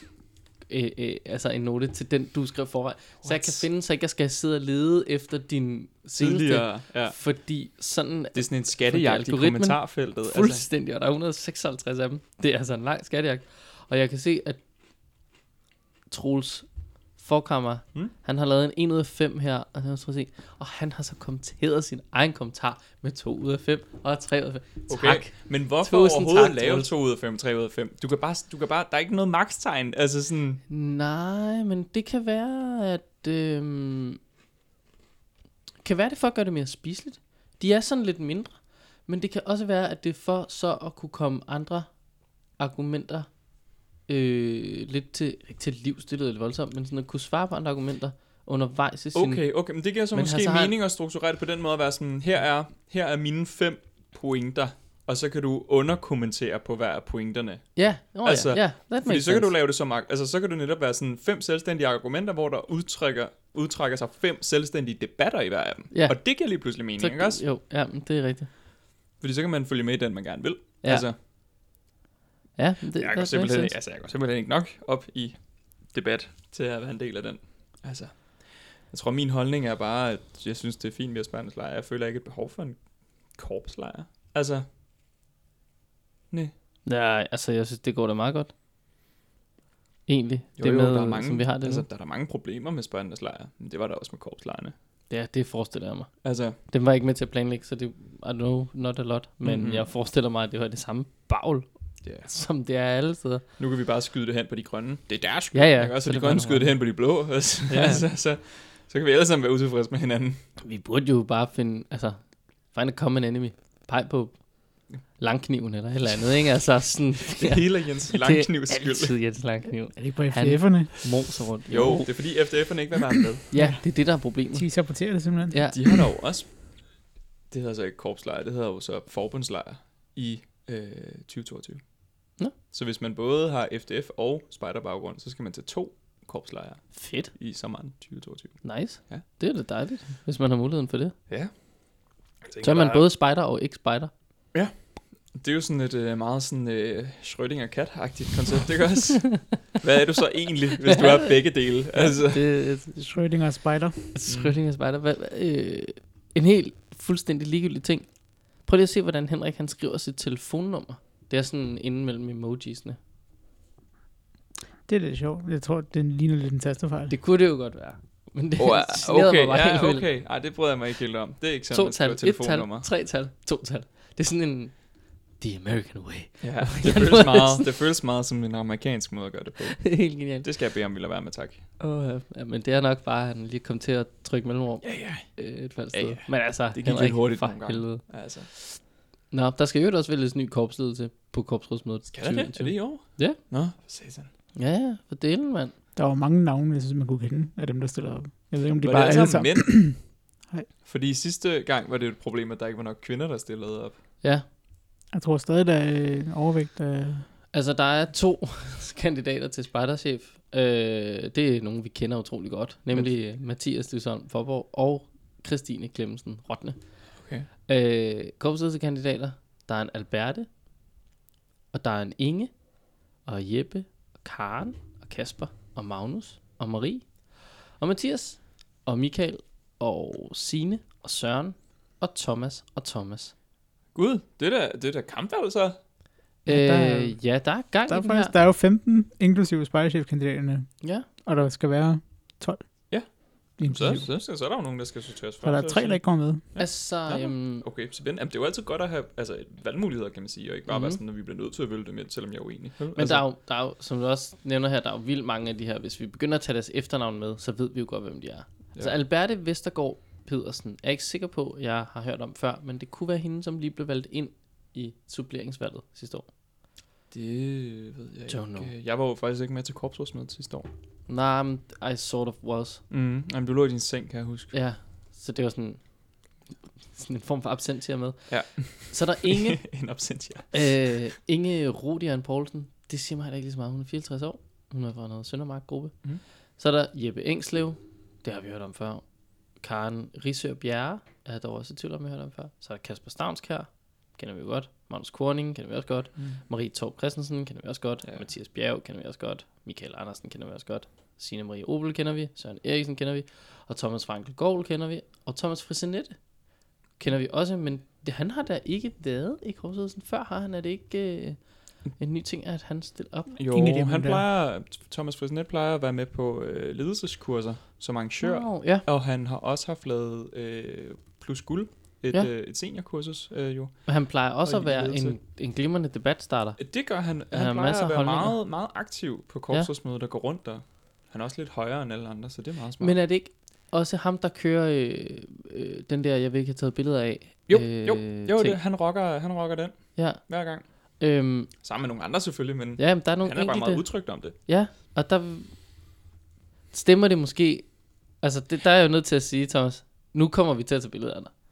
en note til den, du skrev forvejen. Så jeg kan finde, så jeg skal sidde og lede efter din seneste. Ja. Fordi sådan... Det er sådan en skattejagt i kommentarfeltet. Fuldstændig, og der er 156 af dem. Det er altså en lang skattejagt. Og jeg kan se, at Troels Forkammer, han har lavet en 1 ud af 5 her, og han har så kommenteret sin egen kommentar med 2 ud af 5 og 3 ud af 5. Okay, tak. Men hvorfor overhovedet lave 2 ud af 5, 3 ud af 5? Du kan bare, der er ikke noget makstegn, altså sådan... Nej, men det kan være, at... kan være, det for at gøre det mere spiseligt. De er sådan lidt mindre, men det kan også være, at det er for så at kunne komme andre argumenter lidt til livs, det lyder lidt voldsomt, men sådan at kunne svare på andre argumenter undervejs i sin... Okay, men det giver så måske mening at strukturere det på den måde at være sådan, her er mine 5 pointer, og så kan du underkommentere på hver af pointerne. Ja, Altså, ja, that Fordi makes så kan du sense. lave det som, altså så kan du netop være sådan 5 selvstændige argumenter, hvor der udtrækker sig 5 selvstændige debatter i hver af dem. Ja. Og det giver lige pludselig mening, ikke også? Jo, ja, det er rigtigt. Fordi så kan man følge med i den, man gerne vil. Ja. Altså, Ja, det jeg går simpelthen ikke nok op i debat til at være en del af den. Altså, jeg tror, min holdning er bare, at jeg synes, det er fint ved at spille lejr. Jeg føler ikke et behov for en korpslejr. Altså, nej. Ja, altså, jeg synes, det går da meget godt. Egentlig. Jo, det jo, med, der er mange, som vi har det altså, nu. der er mange problemer med spejdernes lejr. Men det var der også med korpslejrene. Ja, det forestiller jeg mig. Altså, Den var ikke med til at planlægge, så det I know not a lot. Men Mhm. jeg forestiller mig, at det var det samme bagl, ja. som det er alle steder. Nu kan vi bare skyde det hen på de grønne. Det er deres skyld. Ja, ja. Ikke? Også, Så så de det grønne var skyder det hen på de blå. Altså, Ja. så kan vi alle sammen være utilfredse med hinanden. Vi burde jo bare find a common enemy. Peg på langkniven eller et eller andet, ikke? Altså sådan... Det hele er Jens Langknivs skyld. Det er altid Jens Langkniv. Er det ikke på Han- FDF'erne? Moser rundt. Jo, det er fordi FDF'erne ikke vil være med. Ja, det er det, der er problemet. De saboterer det simpelthen. Ja. De har dog også, det hedder så ikke korpslejr, det hedder jo så forbundslejr i 2022. Nå. Så hvis man både har FDF og spejderbaggrund, så skal man til 2 korpslejre Fedt. i sommeren 2022. Nice. Ja. Det er da dejligt, hvis man har muligheden for det. Ja. Så er man både spider og ikke spider. Det er jo sådan et meget sådan Schrödinger-kat-agtigt koncept, ikke også? Hvad er du så egentlig, hvis du har begge dele? Altså. Det er Schrödinger spider. Schrödinger spider. En helt fuldstændig ligegyldig ting. Prøv lige at se, hvordan Henrik han skriver sit telefonnummer. Det er sådan inde mellem emojisene. Det er lidt sjovt. Jeg tror, den ligner lidt en tastefejl. Det kunne det jo godt være. Men det Okay, generede mig bare helt vildt. okay. Ej, det bryder jeg mig ikke helt om. Det er ikke sådan, 2 man skriver tal, 1 tal, telefonnummer. 3 tal, 2 tal. Det er sådan en The American Way. Ja, Oh my det God, føles, hvor er meget, det- det føles meget som en amerikansk måde at gøre det på. Det er helt genialt. Det skal jeg bede om, vi lader være med, tak. Ja, men det er nok bare, at han lige kom til at trykke mellemrum Ja, ja. et faldt Ja, sted. ja. Men altså, Det gik Henrik, lidt hurtigt for nogle gange. helvede. Altså. Nå, der skal jo også vælges ny korpsledelse på korpsrådsmødet. Skal der det? Er 2021. det i år? Ja. Nå, for satan. Ja, for delen, mand. Der var mange navne, jeg synes, man kunne kende af dem, der stiller op. Jeg ved ikke, om de Var bare det alle sammen. mænd? Nej. Fordi sidste gang var det et problem, at der ikke var nok kvinder, der stillede op. Ja, Jeg tror stadig, der er en overvægt af... altså der er 2 kandidater til spejderchef. Det er nogen, vi kender utrolig godt. Nemlig Mathias Dysholm Forborg og Christine Klemmensen Rotne. Okay. Korpsledelsekandidater. Der er en Alberte, og der er en Inge, og Jeppe, og Karen, og Kasper, og Magnus, og Marie, og Mathias, og Michael, og Signe, og Søren, og Thomas. Gud, det er da kampvalg så. Ja, der er gang Der er, i den her. faktisk, der er jo 15 inklusive spejderchefkandidaterne, Ja. og der skal være 12. Ja. Inklusive. Så er der jo nogen, der skal sorteres fra. Så der er 3, der ikke kommer med. Ja. Altså, Okay, så jamen, det er jo altid godt at have valgmuligheder, kan man sige, og ikke bare være Mhm. sådan, at vi bliver nødt til at vælge dem ind, selvom jeg er uenig. men der er jo, som du også nævner her, der er jo vildt mange af de her. Hvis vi begynder at tage deres efternavn med, så ved vi jo godt, hvem de er. Ja. Så Alberte Vestergaard Pedersen er jeg ikke sikker på, jeg har hørt om før, men det kunne være hende, som lige blev valgt ind i suppleringsvalget sidste år. Det ved jeg Don't know. ikke. Jeg var jo faktisk ikke med til korpsrådsmødet sidste år. Nej, men I sort of was. Jamen, du lå i din seng, kan jeg huske. Ja, så det var sådan en form for absentia med. Ja. Så er der Inge, En absentia. Inge Rodian Poulsen. Det siger mig heller ikke lige så meget. Hun er 54 år. Hun er fra noget Søndermark-gruppe. Mhm. Så er der Jeppe Engslev. Det har vi hørt om før. Karen Risør Bjerre. Er der også i tvivl om, jeg har hørt om før. Så er der Kasper Stavnskær. Kender vi jo godt. Magnus Korning kender vi også godt. Marie Torp Christensen kender vi også godt. Ja. Mathias Bjerg kender vi også godt. Michael Andersen kender vi også godt. Signe Marie Obel kender vi. Søren Eriksen kender vi. Og Thomas Frankel Gård kender vi. Og Thomas Frisenette kender vi også. Men han har da ikke været i korpsledelsen før, har han? Er det ikke en ny ting, at han stiller op? Jo, Ingen idé, han hvem det er. plejer, Thomas Frisenet plejer at være med på ledelseskurser som arrangør, Ja. og han har også haft lavet plus guld, Ja. et seniorkursus jo. Og han plejer også Og at være ledelse. en glimrende debatstarter. Det gør han. har Han plejer masser at af være holdninger. meget, meget aktiv på korpsrådsmødet og gå rundt der. Han er også lidt højere end alle andre, så det er meget smart. Men er det ikke også ham, der kører den der, jeg vil ikke have taget billeder af? Jo, ting? det, han rocker den Ja. hver gang. Sammen med nogle andre selvfølgelig, men Ja, men der er nogle han er bare enkelte... meget udtrykt om det. Ja, og der stemmer det måske... Altså, der er jeg jo nødt til at sige, Thomas, nu kommer vi til at tage billeder af dig.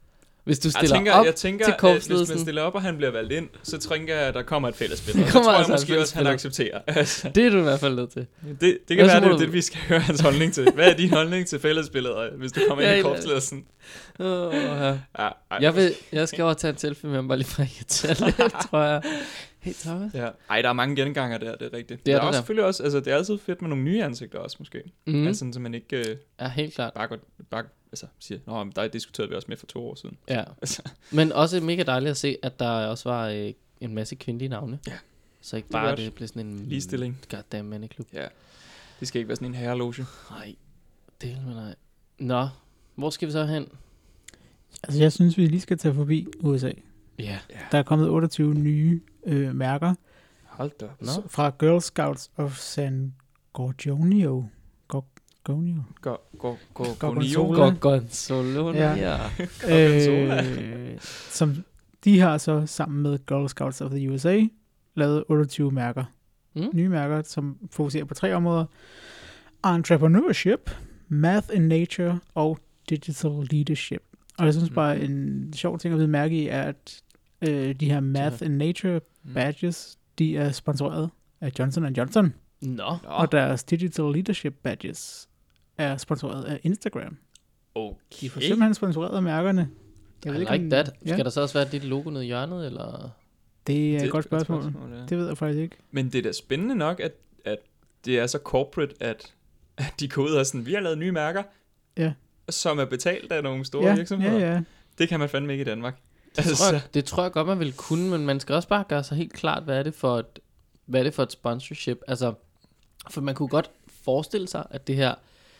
Hvis du stiller op jeg tænker, til at korpsledelsen. hvis man stiller op, og han bliver valgt ind, så tænker jeg, at der kommer et fællesspil. Det kommer tror jeg altså et måske også, han fællesspil. accepterer. Altså, Det er du i hvert fald nødt til. det kan Ellers være, må det er du- det, vi skal høre hans holdning til. Hvad er din holdning til fællesspillet, hvis du kommer ind i Ja, korpsledelsen? Ja. Ja, ej, Jeg skal over tage en selfie med ham, bare lige for at irritere lidt, tror jeg. Hey Thomas. Ja. Ej, der er mange genganger der, det er rigtigt. Det er der der også da. selvfølgelig også, altså det er altid fedt med nogle nye ansigter også, måske. Mm. Altså, så man ikke Ja, helt klart. bare siger, nå, men der diskuterede vi også med for 2 år siden. Ja. Altså, Men også mega dejligt at se, at der også var en masse kvindelige navne. Ja. Så ikke Det er bare godt. det blev sådan en Ligestilling. goddamn mandeklub. ja. Det skal ikke være sådan en herreloge. Nej, det vil nej. Nå, hvor skal vi så hen? Altså, jeg synes, vi lige skal tage forbi USA. Ja. Der er kommet 28 nye mærker Hold da op. Nå. fra Girl Scouts of San Gorgonio. Gorgonio. Gorgonzola. Gorgonzola. Ja. Gorgonzola. Som de har så sammen med Girl Scouts of the USA lavet 28 mærker. Nye mærker, som fokuserer på 3 områder. Entrepreneurship, Math in Nature og Digital Leadership. Og jeg synes bare, en sjov ting at vide mærke i, er, at de her Math in Nature badges, de er sponsoreret af Johnson & Johnson. Nå. Og deres Digital Leadership badges er sponsoreret af Instagram. De får simpelthen sponsoreret af mærkerne. I like that. Skal der så også være dit logo nede i hjørnet, eller? Det er Det et godt spørgsmål. ja. Det ved jeg faktisk ikke. Men det er da spændende nok, at det er så corporate, at de går ud og sådan, vi har lavet nye mærker, Ja. som er betalt af nogle store virksomheder. Ja. Det kan man fandme ikke i Danmark. Det tror jeg godt, man vil kunne, men man skal også bare gøre sig helt klart, hvad er det for et sponsorship. Altså, for man kunne godt forestille sig, at det her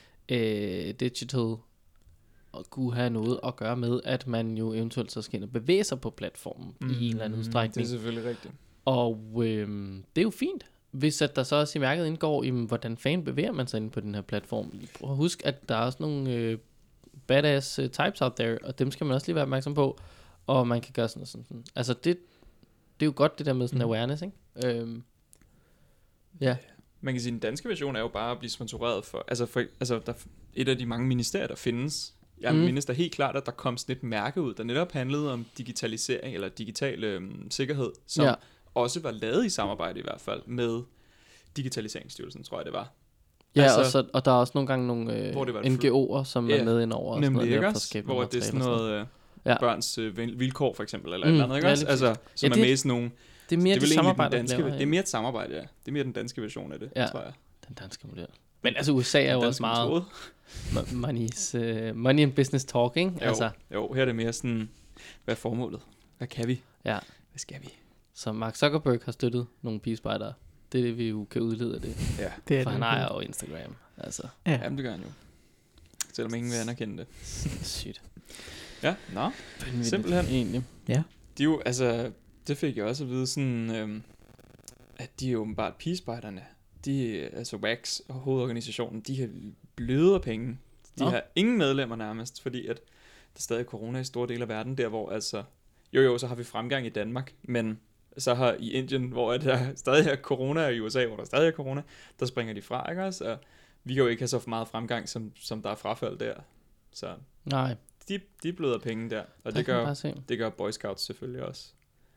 digital kunne have noget at gøre med, at man jo eventuelt så skal ind og bevæge sig på platformen i en eller anden udstrækning. Det er selvfølgelig rigtigt. Og det er jo fint, hvis at der så også i mærket indgår, jamen, hvordan fanden bevæger man sig inde på den her platform. Prøv at huske, at der er også nogle badass types out there, og dem skal man også lige være opmærksom på, og man kan gøre sådan og sådan. Altså det er jo godt det der med sådan awareness, ikke? Ja. Man kan sige, at den danske version er jo bare at blive sponsoreret for, der et af de mange ministerier, der findes. Jeg mindes da helt klart, at der kom sådan et mærke ud, der netop handlede om digitalisering, eller digital sikkerhed, som også var lavet i samarbejde i hvert fald med Digitaliseringsstyrelsen, tror jeg det var. Ja, altså, og der er også nogle gange nogle NGO'er, som er med ind over. Nemlig ikke også, hvor det er sådan noget børns vilkår for eksempel, eller et eller andet, ikke også? Altså, som er med i sådan nogle... Det er mere det samarbejde, det er mere et samarbejde, ja. Det er mere den danske version af det, tror jeg. Den danske model. Men altså USA er jo også meget money and business talking. Jo, her er det mere sådan, hvad er formålet? Hvad kan vi? Ja. Hvad skal vi? Så Mark Zuckerberg har støttet nogle peacespider. Det er det, vi jo kan udlede af det. Ja. Det er for det, han ejer jo Instagram. Altså. Ja. Jamen, det gør han jo. Selvom ingen vil anerkende det. Sygt. Ja, nå. Simpelthen. Egentlig. Ja. De jo, altså, det fik jeg også at vide sådan, at de er åbenbart peacespiderne. Altså WAX og hovedorganisationen, de har bløde penge. De har ingen medlemmer nærmest, fordi at der stadig er corona i store dele af verden, der hvor altså, så har vi fremgang i Danmark, men så har i Indien, hvor der stadig er corona, og i USA, hvor der stadig er corona, der springer de fra, ikke også? Og vi kan jo ikke have så meget fremgang, som der er frafald der. Så nej. De bløder penge der, og det gør Boy Scouts selvfølgelig også.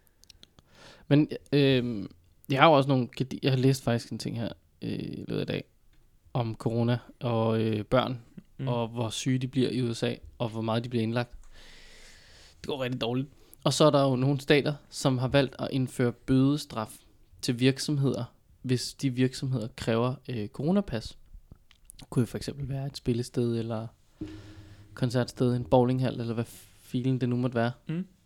Men jeg har jo også nogle, jeg har læst faktisk en ting her i løbet af dag, om corona og børn, og hvor syge de bliver i USA, og hvor meget de bliver indlagt. Det går rigtig dårligt. Og så er der jo nogle stater, som har valgt at indføre bødestraf til virksomheder, hvis de virksomheder kræver coronapas. Det kunne jo for eksempel være et spillested, eller koncertsted, en bowlinghal, eller hvad filen det nu måtte være.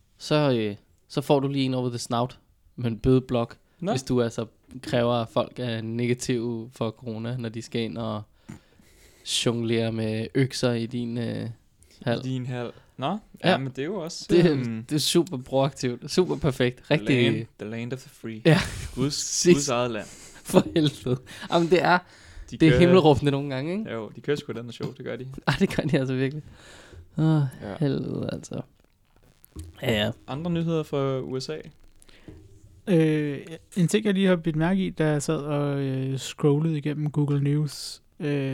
Så får du lige en over the snout med en bødeblok, hvis du altså kræver, at folk er negative for corona, når de skal ind og jonglere med økser i din hal. I din hal. Nå, ja, men det er jo også... Det er super proaktivt, super perfekt. Rigtig... The land of the free. Ja. Guds eget land. For helvede. Jamen det er himmelråbende nogle gange, ikke? Jo, de kører sgu den show, det gør de. Det gør de altså virkelig. Helvede altså. Ja. Andre nyheder fra USA? En ting, jeg lige har bidt mærke i, da jeg sad og scrollede igennem Google News,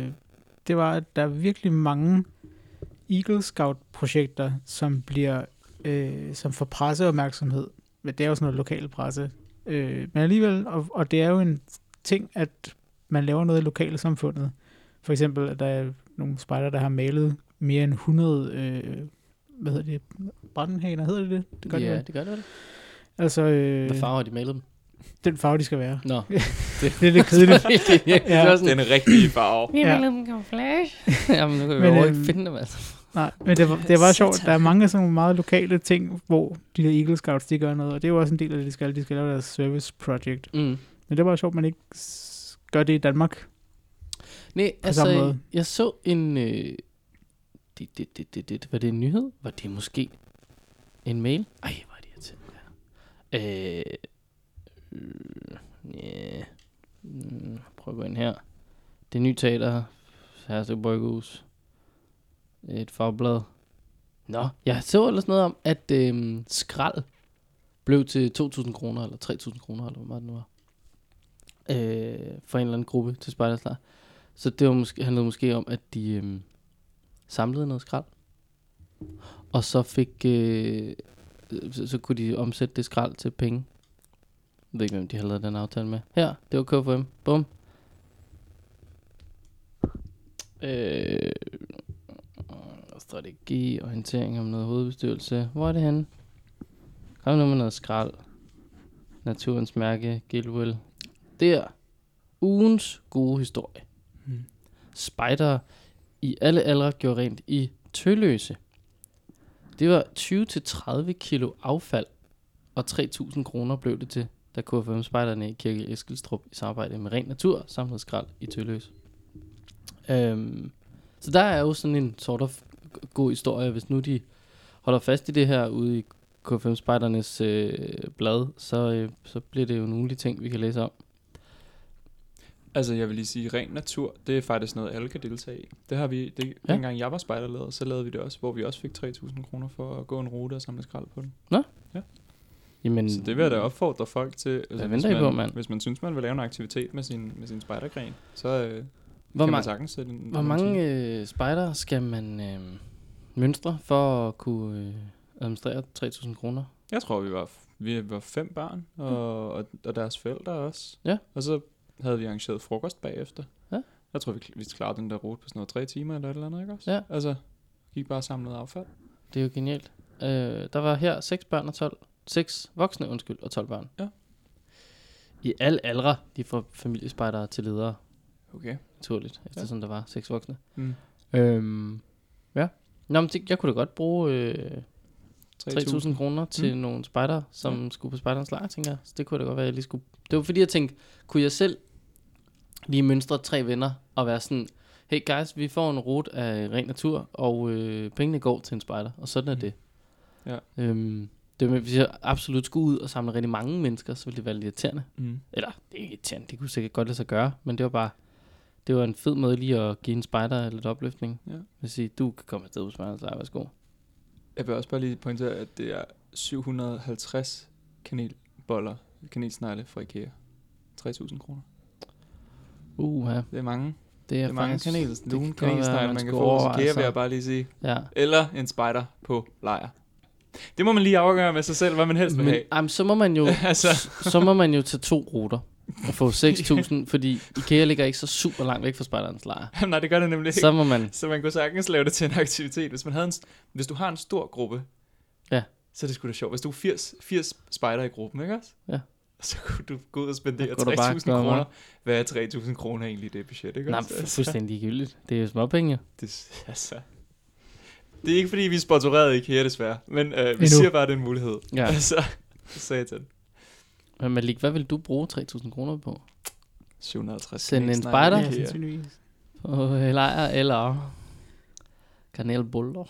det var, at der er virkelig mange Eagle Scout-projekter, som bliver som får presseopmærksomhed. Men det er jo sådan noget lokal presse. Men alligevel, og det er jo en ting, at man laver noget i lokalsamfundet. For eksempel, at der er nogle spejder, der har malet mere end 100, hvad hedder det, brændenhaner, hedder det det? Det gør Ja, det vel? det gør det vel. Altså, Hvad farve har de malet dem? den farve, de skal være. Nå. Det er lidt kedeligt. Det er sådan, Den rigtige farve. vi Ja. malet dem camouflage. Jamen, nu kan vi Men, overhovedet ikke finde dem, altså. Nej, men det er bare sjovt. Der er mange sådan nogle meget lokale ting, hvor de der Eagle Scouts, de gør noget. Og det er jo også en del af det, de skal. De skal lave deres service project. Mm. Men det er bare sjovt, at man ikke gør det i Danmark. Nej, samme altså, måde. jeg så en... var det en nyhed? Var det måske en mail? Ej, hvor er det irriterende. Ja. Prøv at gå ind her. Det nye teater. Hersø Bryghus. Et fagblad. Nå, jeg så ellers noget om, at skrald blev til 2.000 kroner, eller 3.000 kroner, eller hvor meget det nu var. For en eller anden gruppe til spejderslag. Så det var handlede måske om, at de samlede noget skrald. Og så fik så kunne de omsætte det skrald til penge. Jeg ved ikke, hvem de havde lavet den aftale med. Her, det var KFM. Bum. Strategi, orientering om noget hovedbestyrelse. Hvor er det henne? Kom nu med noget skrald. Naturens mærke, Gilwell. Der. Ugens gode historie. Spejdere i alle aldre gjorde rent i Tølløse. Det var 20-30 kilo affald, og 3.000 kroner blev det til, da KFM-spejderne i Kirke Eskilstrup i samarbejde med Ren Natur samlede skrald i Tølløse. Så der er jo sådan en sort of god historie, hvis nu de holder fast i det her ude i KFM-spejdernes blad, så bliver det jo en ugenlig ting, vi kan læse om. Altså, jeg vil lige sige, ren natur, det er faktisk noget, alle kan deltage i. Det har vi, dengang jeg var spejderleder, så lavede vi det også, hvor vi også fik 3.000 kroner for at gå en rute og samle skrald på den. Nå? Ja. Jamen, Så det vil jeg da opfordre folk til. Altså, venter I på, mand? Hvis man synes, man vil lave en aktivitet med sin spejdergren, så hvor, kan man sagtens sætte en... hvor mange spejdere skal man mønstre for at kunne administrere 3.000 kroner? Jeg tror, vi var 5 børn, og deres forældre også. Ja. Og så havde vi arrangeret frokost bagefter. Ja. Jeg tror, vi klarede den der rute på sådan noget 3 timer eller et eller andet, ikke også? Ja. Altså, gik bare samlet affald. Det er jo genialt. Der var her 6 børn og 12... 6 voksne, og 12 børn. Ja. I alle aldre, de får familiespejdere til ledere. Okay. Naturligt, eftersom der var 6 voksne. Mm. Ja. Nå, men jeg kunne da godt bruge 3.000 kroner til nogle spejdere, som skulle på spejderens lejr, tænker jeg. Så det kunne da godt være, jeg lige skulle... Det var fordi, jeg tænkte, kunne jeg selv lige mønstre 3 venner og være sådan, hey guys, vi får en rute af ren natur, og pengene går til en spejder, og sådan er det. Ja. Det med, hvis jeg absolut skulle ud og samle rigtig mange mennesker, så ville det være lidt irriterende. Mm. Eller, det er ikke irriterende, det kunne sikkert godt lade sig gøre, men det var bare, det var en fed måde lige at give en spejder lidt opløftning. Ja. Jeg vil sige, du kan komme afsted på spejderens lejr, værsgo. Jeg vil også bare lige pointere, at det er 750 kanelsnegle fra IKEA. 3.000 kroner. Ja. Det er mange. Det er mange kanel. Nogle kanelsnegle, man kan få hos IKEA, vil jeg bare lige sige. Ja. Eller en spejder på lejr. Det må man lige afgøre med sig selv, hvad man helst vil have. Men så må man jo så må man jo tage 2 ruter og få 6.000, fordi IKEA ligger ikke så super langt væk fra spejderens lejr. Nej, det gør det nemlig ikke. Så må man. Så man kunne sagtens lave det til en aktivitet. Hvis du har en stor gruppe, ja, så er det sgu da sjovt. Hvis du er 80 spejder i gruppen, ikke også? Ja. Så kunne du gå ud og spendere 3.000 kroner. Hvad er 3.000 kroner egentlig det budget, ikke? Nej, fuldstændig ligegyldigt. Det er jo småpenge. Det er ikke fordi, vi er sponsoreret i IKEA desværre, men vi siger bare, at det er en mulighed. Ja. Altså, satan. Men Malik, hvad vil du bruge 3.000 kroner på? 750. Send en spejder? Ja, sandsynligvis. På lejr eller kanelbuller.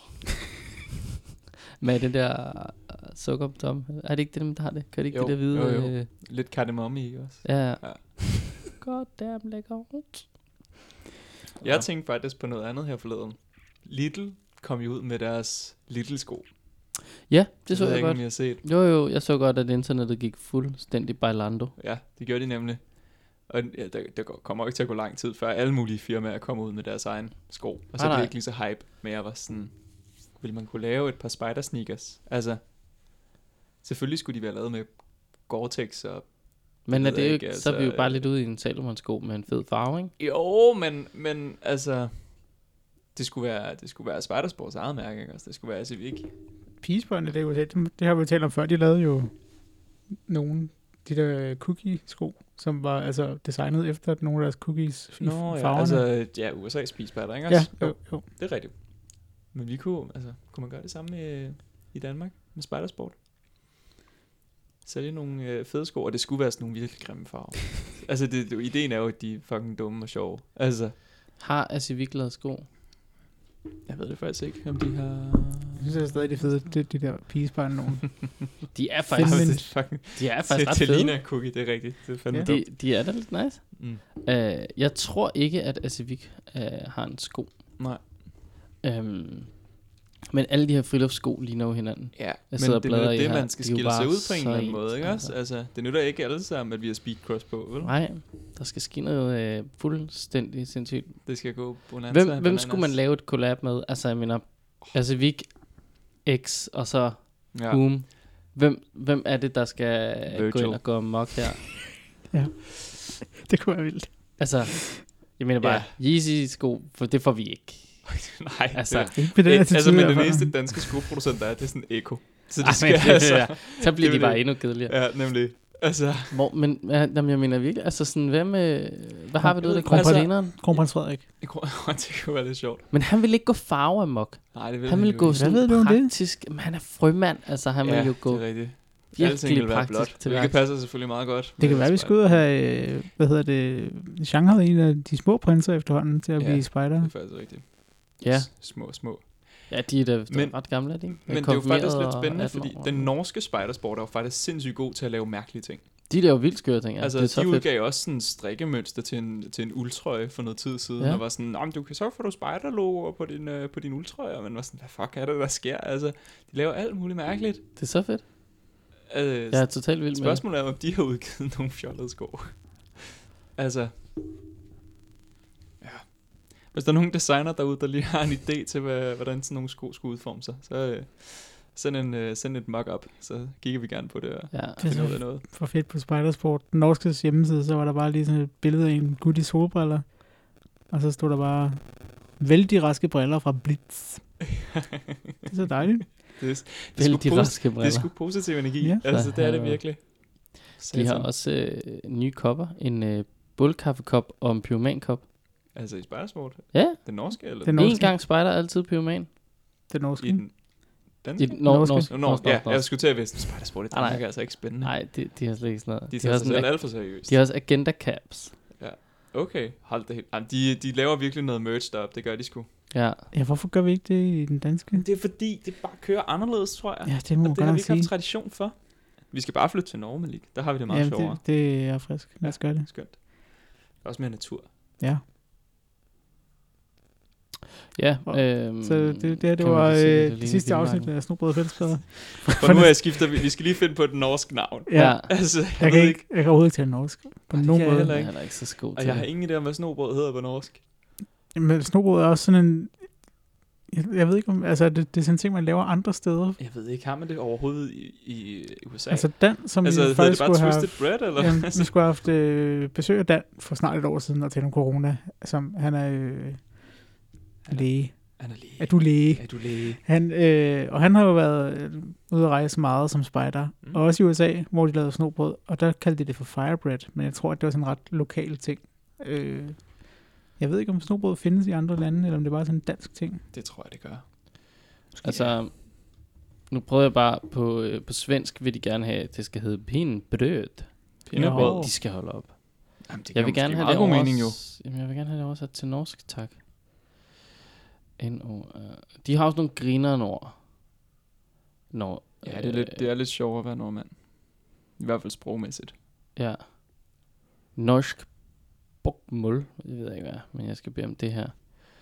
Med den der sukker på tom. Er det ikke det, der har det? Kan det ikke Jo, det der hvide? jo. Lidt kardemomme i også. Ja. God damn lækkert. Jeg tænkte faktisk på noget andet her forleden. Lidl kom jo ud med deres Lidl-sko. Ja, det så jeg jeg ikke, godt. om I har set. Jo, jeg så godt, at internettet gik fuldstændig bailando. Ja, det gjorde de nemlig. Og ja, der kommer ikke til at gå lang tid, før alle mulige firmaer kommer ud med deres egen sko. Og så bliver det ikke lige så hype, men jeg var sådan, vil man kunne lave et par spider sneakers? Altså, selvfølgelig skulle de være lavet med Gore-Tex og... Men er ved det jeg jo ikke, ikke, så er vi jo altså, bare lidt ude i en Salomon-sko med en fed farve, ikke? Jo, men altså... Det skulle være Spidersports eget mærke, ikke? Altså, det skulle være Civic. Peacebåndene, det har vi jo talt om før, de lavede jo nogle de der cookie-sko, som var altså designet efter nogle af deres cookies i farverne. altså, ja, USA's Peacebatter, ikke Ja, også? jo. Det er rigtigt. Men vi kunne man gøre det samme i Danmark med Spidersport? Sælge nogle fede sko, og det skulle være sådan nogle virkelig grimme farver. Altså, ideen er jo, at de er fucking dumme og sjove. Altså, Har Asivic lavet sko? jeg ved det faktisk ikke, om de har... Jeg synes stadig, det er fedt, de der peacebånd nogen. De er faktisk, Finland. det er fucking... de er faktisk ret fede. Celina cookie, det er rigtigt. Det er fandme dumt. De er da lidt nice. Mm. Jeg tror ikke, at Asivic har en sko. Nej. Men alle de her friluftssko ligner jo hinanden. Ja, men sidder og det bladrer er i det, her. man skal De er jo skille sig bare ud på en så eller anden ens, måde, ikke altså. også? Altså, det nytter ikke alle sammen, at vi har speedcross på, vel? Nej, der skal ske noget fuldstændig sindssygt. Det skal gå bonanza. Hvem skulle man lave et collab med? Altså, jeg mener, Asivic X og så Ja. Boom. Hvem er det, der skal gå ind og gå amok her? Ja, det kunne være vildt. Altså, jeg mener bare, Yeezy-sko, for det får vi ikke. Nej, Altså, Ikke med den attitude, men i den hvert fald. eneste danske skoproducent, der er, det er sådan Eko. Så det Ej, skal men, altså... så bliver det de er bare det. endnu kedeligere. Ja, nemlig. Altså... Men jeg mener virkelig, altså sådan, hvad har vi derude, der Altså- kronprinsen? Kronprins Frederik. Det kunne være lidt sjovt. Men han vil ikke gå farve amok. Nej, det vil Han vil gå Hvad sådan ved du om det? praktisk. Men han er frømand, altså han vil jo gå det er rigtigt. Alting virkelig vil være blot, praktisk til hvilket værks. passer selvfølgelig meget godt. Det kan være, at vi skal ud og have, Shanghai en af de små prinser efterhånden til at blive spider. Det er faktisk rigtigt. Ja. Små. Ja, de er da Men- ret gamle, er de ikke? Men det er jo faktisk lidt Konfirmeret spændende, og 18 fordi år. den norske spidersport er jo faktisk sindssygt god til at lave mærkelige ting. De laver vildt skøre ting, ja. Altså, det er så de fedt. udgav også sådan en strikkemønster til en uldtrøje for noget tid siden, Ja. og var sådan, men du kan så få spider-logoer på din uldtrøje, og man var sådan, hvad fuck er det, der sker? Altså, de laver alt muligt mærkeligt. Det er så fedt. Jeg er totalt vild med det. Spørgsmålet er, om de har udgivet nogle fjollede sko. Altså, ja. Hvis der er nogen designer derude, der lige har en idé til, hvordan sådan nogle sko skulle udforme sig, så send et mock-up, så kigger vi gerne på det og Ja. finder ud af noget. For fedt på Spidersport. Den norske hjemmeside, så var der bare lige sådan et billede af en gut i solbriller. Og så stod der bare, vældig raske briller fra Blitz. Det er så dejligt. Det er Vældig raske det er briller. sgu positiv energi. Ja. Altså, det er det helvede. virkelig. De har Satan. også nye kopper. En bullkaffekop og en pyromankop. Altså i Spidersport? Ja. Den norske, eller? Den En norske. gang spejder, altid pyroman. Den norske. I den danske? I norske. Ja, jeg skulle til at vide, Spidersport i Nej, Danmark er altså ikke spændende. Nej, de har slet ikke sådan noget. De har tager sig sådan selv en- alt for seriøst. de har også agenda caps. Okay, hold det helt. Jamen, de laver virkelig noget merch deroppe, det gør de sgu. Ja. Ja, hvorfor gør vi ikke det i den danske? Det er fordi, det bare kører anderledes, tror jeg. Ja, det må Og man det har godt vi nok ikke haft sige. tradition for. Vi skal bare flytte til Norge, Malik. Der har vi det meget Jamen, sjovere. det er frisk. Lad os gøre det. Skønt. Også mere natur. Ja. Ja. Så det kan var man sige, det det ligner sidste afsnit Vildmarken. af Snobrød og Fællesbader. For nu er jeg skiftet, vi skal lige finde på et norsk navn. Ja. Altså, Jeg kan overhovedet ikke tale norsk. På Nej, det nogen kan jeg måde. heller Jeg ikke. er heller ikke så god Og til jeg har det. ingen idé om, hvad snobrød hedder på norsk. Men snobrød er også sådan en... Jeg ved ikke om... Altså, det er sådan en ting, man laver andre steder. Jeg ved ikke, har man det overhovedet i USA? Altså Dan, som altså vi hedder det faktisk bare skulle have... Twisted Bread, eller? Jamen, vi skulle have haft besøg af Dan for snart et år siden og tale om corona. Som, han er læge. Han er læge. Er du læge? Er du læge? Og han har jo været ude at rejse meget som spejder. Mm. Og også i USA, hvor de lavede snobrød. Og der kaldte de det for firebread. Men jeg tror, at det var sådan en ret lokal ting. Jeg ved ikke, om snobrød findes i andre lande, eller om det er bare sådan en dansk ting. Det tror jeg, det gør. Altså, nu prøver jeg bare på svensk, vil de gerne have, at det skal hedde pinbrød. Pindebrød. De skal holde op. Jamen, det Jeg vil gerne have det god mening, jo. Jamen, jeg vil gerne have det oversat til norsk, tak. De har også nogle grinerne ord. Ja, det er lidt sjovere at være nordmand. I hvert fald sprogmæssigt. Ja. Norsk bokmål. Jeg ved ikke hvad, men jeg skal bede om det her.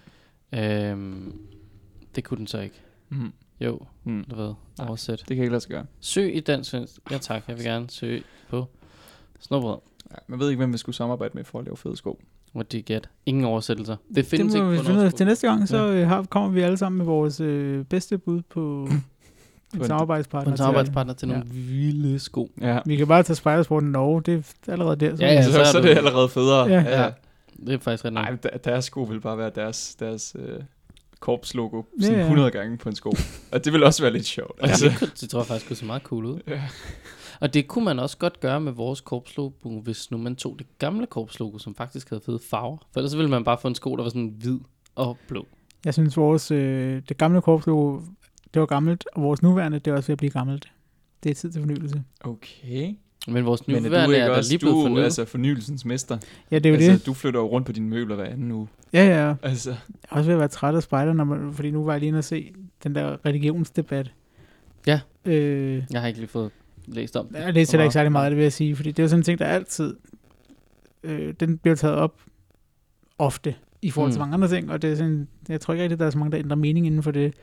Det kunne den så ikke. Mm. Jo, Mm. eller hvad? Nej. Oversæt. Det kan ikke lade sig gøre. Søg i dansk svensk. Ja tak, jeg vil gerne søge på snobrød. Ja, man ved ikke, hvem vi skulle samarbejde med for at lave fede sko. What do you get? Ingen oversættelser. Det findes Det må vi ikke på finde ud af. norsk. Til næste gang, så kommer vi alle sammen med vores bedste bud på en samarbejdspartner. På en samarbejdspartner til nogle Ja. vilde sko. Ja, Vi kan bare tage Spidersporten Norge. Det er allerede der. Ja, ja. så er det allerede federe. Ja. Ja. Det er faktisk ret nok. Nej, deres sko vil bare være deres korpslogo sådan Ja, ja. 100 gange på en sko. Og det vil også være lidt sjovt. Altså. Altså. Det tror jeg faktisk kunne se meget cool ud. Ja. Og det kunne man også godt gøre med vores korpslogo, hvis nu man tog det gamle korpslogo, som faktisk havde fede farver. For ellers ville man bare få en sko, der var sådan hvid og blå. Jeg synes, det gamle korpslogo, det var gammelt, og vores nuværende, det er også ved at blive gammelt. Det er tid til fornyelse. Okay. Men vores Men er nuværende du er ikke der også, lige blevet fornyet. altså fornyelsens mester? Ja, det er jo Altså, det. du flytter jo rundt på dine møbler hver anden uge. Ja. Altså. Jeg er også ved at være træt af spider, fordi nu var jeg lige inde og se den der religionsdebat. Ja. Jeg Jeg har ikke lige fået læst om det. læser heller ikke særlig meget af det, vil jeg sige, fordi det er jo sådan en ting, der altid, den bliver taget op ofte i forhold til mange andre ting, og det er sådan, jeg tror ikke rigtig, der er så mange, der ændrer mening inden for det.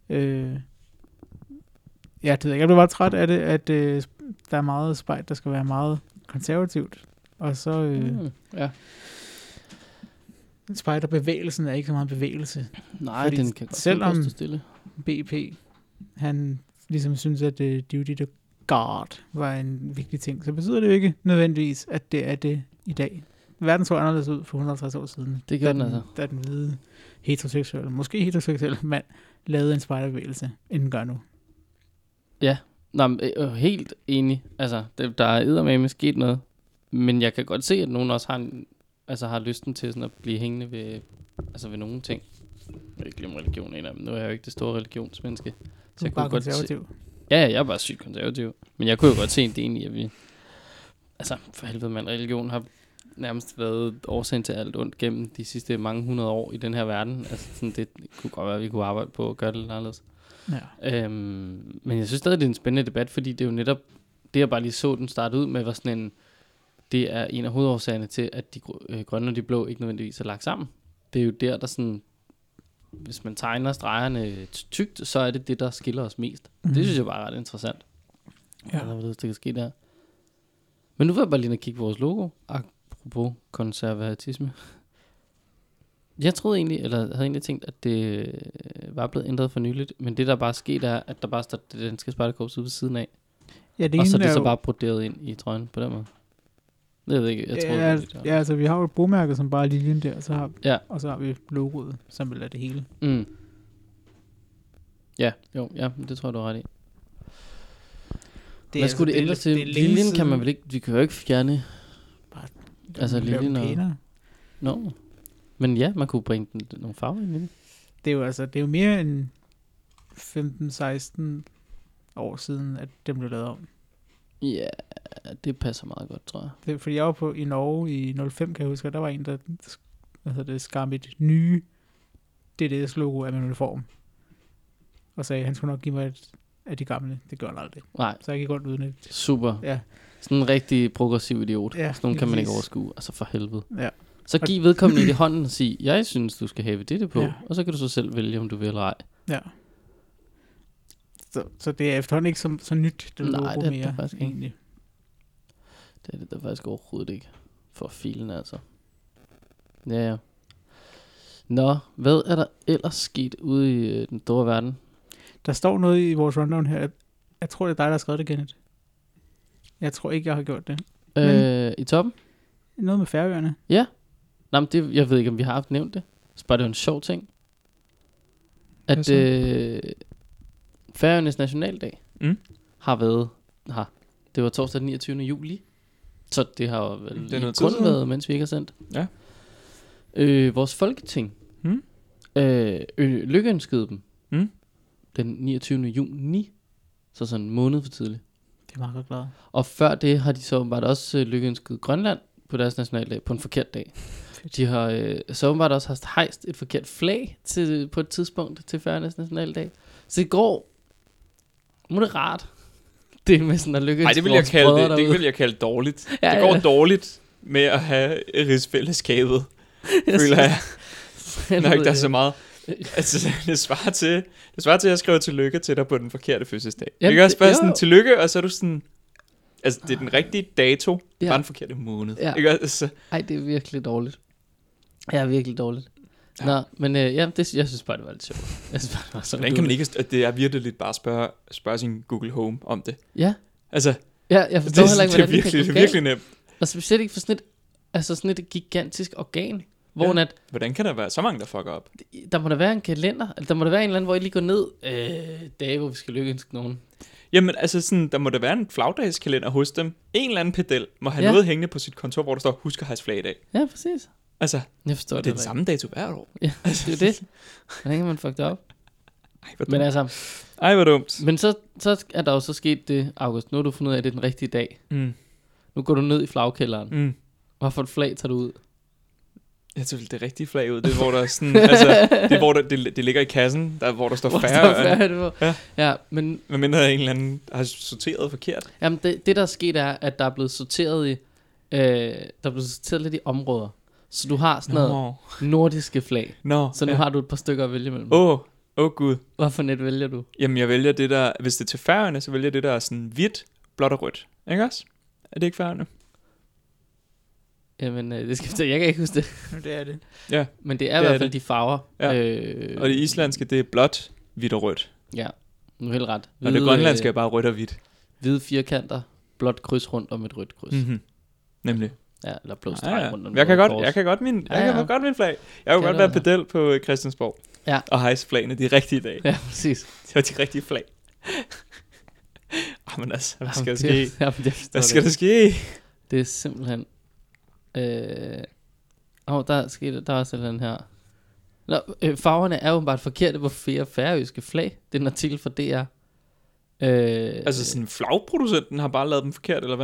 Ja, det ved jeg ikke. Jeg blev bare træt af det, at der er meget spejt, der skal være meget konservativt, og så Ja. spejderbevægelsen er ikke så meget bevægelse. Nej, Fordi den kan godt selvom- stå stille. BP, han ligesom synes, at duty to guard var en vigtig ting, så betyder det jo ikke nødvendigvis, at det er det i dag. Verden så anderledes ud for 150 år siden. Det gør den altså. Da den hvide heteroseksuelle, måske heteroseksuelle mand, lavede en spejderbevægelse, end den gør nu. Nå, men, helt enig. Altså, der er eddermame sket noget. Men jeg kan godt se, at nogen også har lysten til sådan at blive hængende ved nogle ting. Jeg vil ikke glemme religion en af dem. Nu er jeg jo ikke det store religionsmenneske. Du Så er jeg bare kunne godt se, konservativ. ja, jeg er bare sygt konservativ. Men jeg kunne jo godt se en del i, at vi... Altså, for helvede mand, religion har nærmest været årsagen til alt ondt gennem de sidste mange hundrede år i den her verden. Altså, sådan, det kunne godt være, at vi kunne arbejde på at gøre det lidt anderledes. Ja. Men jeg synes stadig, det er en spændende debat, fordi det er jo netop det, jeg bare lige så den starte ud med, var sådan en... Det er en af hovedårsagerne til, at de grønne og de blå ikke nødvendigvis er lagt sammen. Det er jo der sådan... Hvis man tegner stregerne tykt, så er det, der skiller os mest. Mhm. Det synes jeg bare er ret interessant. Ja. Ja. Hvad det kan ske der. Men nu vil jeg bare lige ind og kigge på vores logo. Apropos konservatisme. Jeg troede egentlig, eller havde egentlig tænkt, at det var blevet ændret for nyligt. Men det, der bare skete, er, at der bare står det danske spejderkorps ude ved siden af. Ja, det Og så er ene det er så jo- bare broderet ind i trøjen på den måde. Det ved jeg ikke. Jeg troede, ja, det var ja, altså vi har jo et bogmærke, som bare er linjen der, Ja. og så har vi logoet, som vil er det hele. Mm. Ja, det tror jeg, du har ret i. Hvad skulle det ændres til? Liljen kan man vel ikke... Vi kan jo ikke fjerne... altså, liljen og... pænere. No. Men ja, man kunne bringe nogle farver ind i det. Det er jo mere end 15-16 år siden, at den blev lavet om. Ja, det passer meget godt, tror jeg. Det er, fordi jeg var i Norge i 05, kan jeg huske, og der var en, der skar mit nye DDS-logo af min uniform. Og sagde, at han skulle nok give mig et af de gamle. Det gør han aldrig. Nej, Så jeg gik rundt uden et. super. Ja, Sådan en rigtig progressiv idiot. Ja, Sådan nogle lige kan man ikke præcis. overskue. Altså for helvede. ja. Så giv vedkommende i hånden og sig, jeg synes, du skal have det på. Ja. Og så kan du så selv vælge, om du vil eller ej. Ja. Så det er efterhånden ikke så nyt, det Nej, logo det er det mere, faktisk ikke. egentlig. Det er det der faktisk overhovedet ikke. For filen altså. Ja. Nå, hvad er der ellers sket ude i den store verden? Der står noget i vores rundown her. Jeg tror, det er dig, der har skrevet det, Kenneth. Jeg tror ikke, jeg har gjort det. I toppen? Noget med Færøerne. Nå, men det, jeg ved ikke, om vi har haft nævnt det. Så bare det er en sjov ting. Hvad At så? Færøernes nationaldag Mm. har været her. Det var torsdag den 29. juli. Så det har jo vel Det er noget tid kun siden. været, mens vi ikke har sendt. Ja. Vores folketing Mm. lykkeønskede dem Mm. den 29. juni. Så sådan en måned for tidligt. Det er meget godt glad. Og før det har de så åbenbart også lykkeønsket Grønland på deres nationaldag på en forkert dag. De har så åbenbart også haft hejst et forkert flag på et tidspunkt til Færøernes nationaldag. Så det går moderat. Det med sådan at lykkeønske Nej, det vil jeg vores kalde brødre det. Det derude. vil jeg kalde dårligt. Ja, Det går ja. dårligt med at have rigsfællesskabet, føler jeg. Nok der er så meget. Altså, det svarer til, at jeg skrev tillykke til dig på den forkerte fødselsdag. Jamen, Det kan også bare jo. sådan, tillykke, og så er du sådan, Altså, det er den rigtige dato, Ja. bare den forkerte måned. Ja. Ikke? Altså, Ej, det er virkelig dårligt. Ja, virkelig dårligt. Ja. Nå, men jeg synes bare, det var lidt sjovt. Jeg synes bare, det var så hvordan kan man ikke... Det er virkelig lidt bare at spørge sin Google Home om det. Ja, Altså, ja, jeg forstår heller ikke, det er hvordan virkelig, det kan det gå er virkelig nemt. galt. Og specielt ikke for sådan et gigantisk organ, hvor Ja. at, Hvordan kan der være så mange, der fucker op? der må der være en kalender, eller der må der være en eller anden, hvor I lige går ned, dage, hvor vi skal lykkeønske nogen. Jamen, altså sådan, der må der være en flagdagskalender hos dem. En eller anden pedel må have Ja. noget hængende på sit kontor, hvor der står, husk at hejse flag i dag. Ja, præcis. Altså, Jeg forstår og det er den samme dato hvert år. Ja, det er jo det. Hvordan kan man fuck det op? Ej, hvor dumt. Men altså, Ej, hvor dumt. men så er der jo så sket det, August. Nu har du fundet ud af, at det er den rigtige dag. Mm. Nu går du ned i flagkælderen. Mm. Hvorfor et flag tager du ud? Jeg tror, det rigtige flag ud, det er, hvor der er sådan, altså, det er, hvor der, det ligger i kassen, der, hvor der står færre. Ja, men Hvad mindre en eller anden har sorteret forkert. jamen, det der er sket er, at der er blevet sorteret i, der er blevet sorteret lidt i områder. Så du har sådan noget nordiske flag. Så nu har du et par stykker at vælge mellem. Åh, gud. Hvorfor net vælger du? Jamen, jeg vælger det der, hvis det er til Færøerne, så vælger jeg det der sådan hvidt, blåt og rødt. Ikke også? Er det ikke Færøerne? Jamen, det skal jeg kan ikke huske det. Det er det. Ja. Men det er i Det er hvert fald det. de farver. Ja. Og det islandske, det er blåt, hvidt og rødt. Ja, nu er helt ret. Og det grønlandske er bare rødt og hvidt. Hvide firkanter, blåt kryds rundt om et rødt kryds. Mm-hmm. Nemlig. Ja, eller blå streg rundt om et Jeg kan rødt godt, kors. jeg kan godt min, Ja, jeg ja. kan godt min flag. Jeg kunne Kan godt du være altså? pedel på Christiansborg. Ja. Og hejse flagene de rigtige dage. Ja, præcis. Det var de rigtige flag. Men altså, hvad skal der ske? Jamen, jeg forstår Hvad skal det. der ske? Det er simpelthen... der er sådan her. Nå, farverne er jo bare forkerte på flere færøske flag. Det er en artikel fra DR. Altså sådan flagproducenten har bare lavet dem forkert, eller hvad?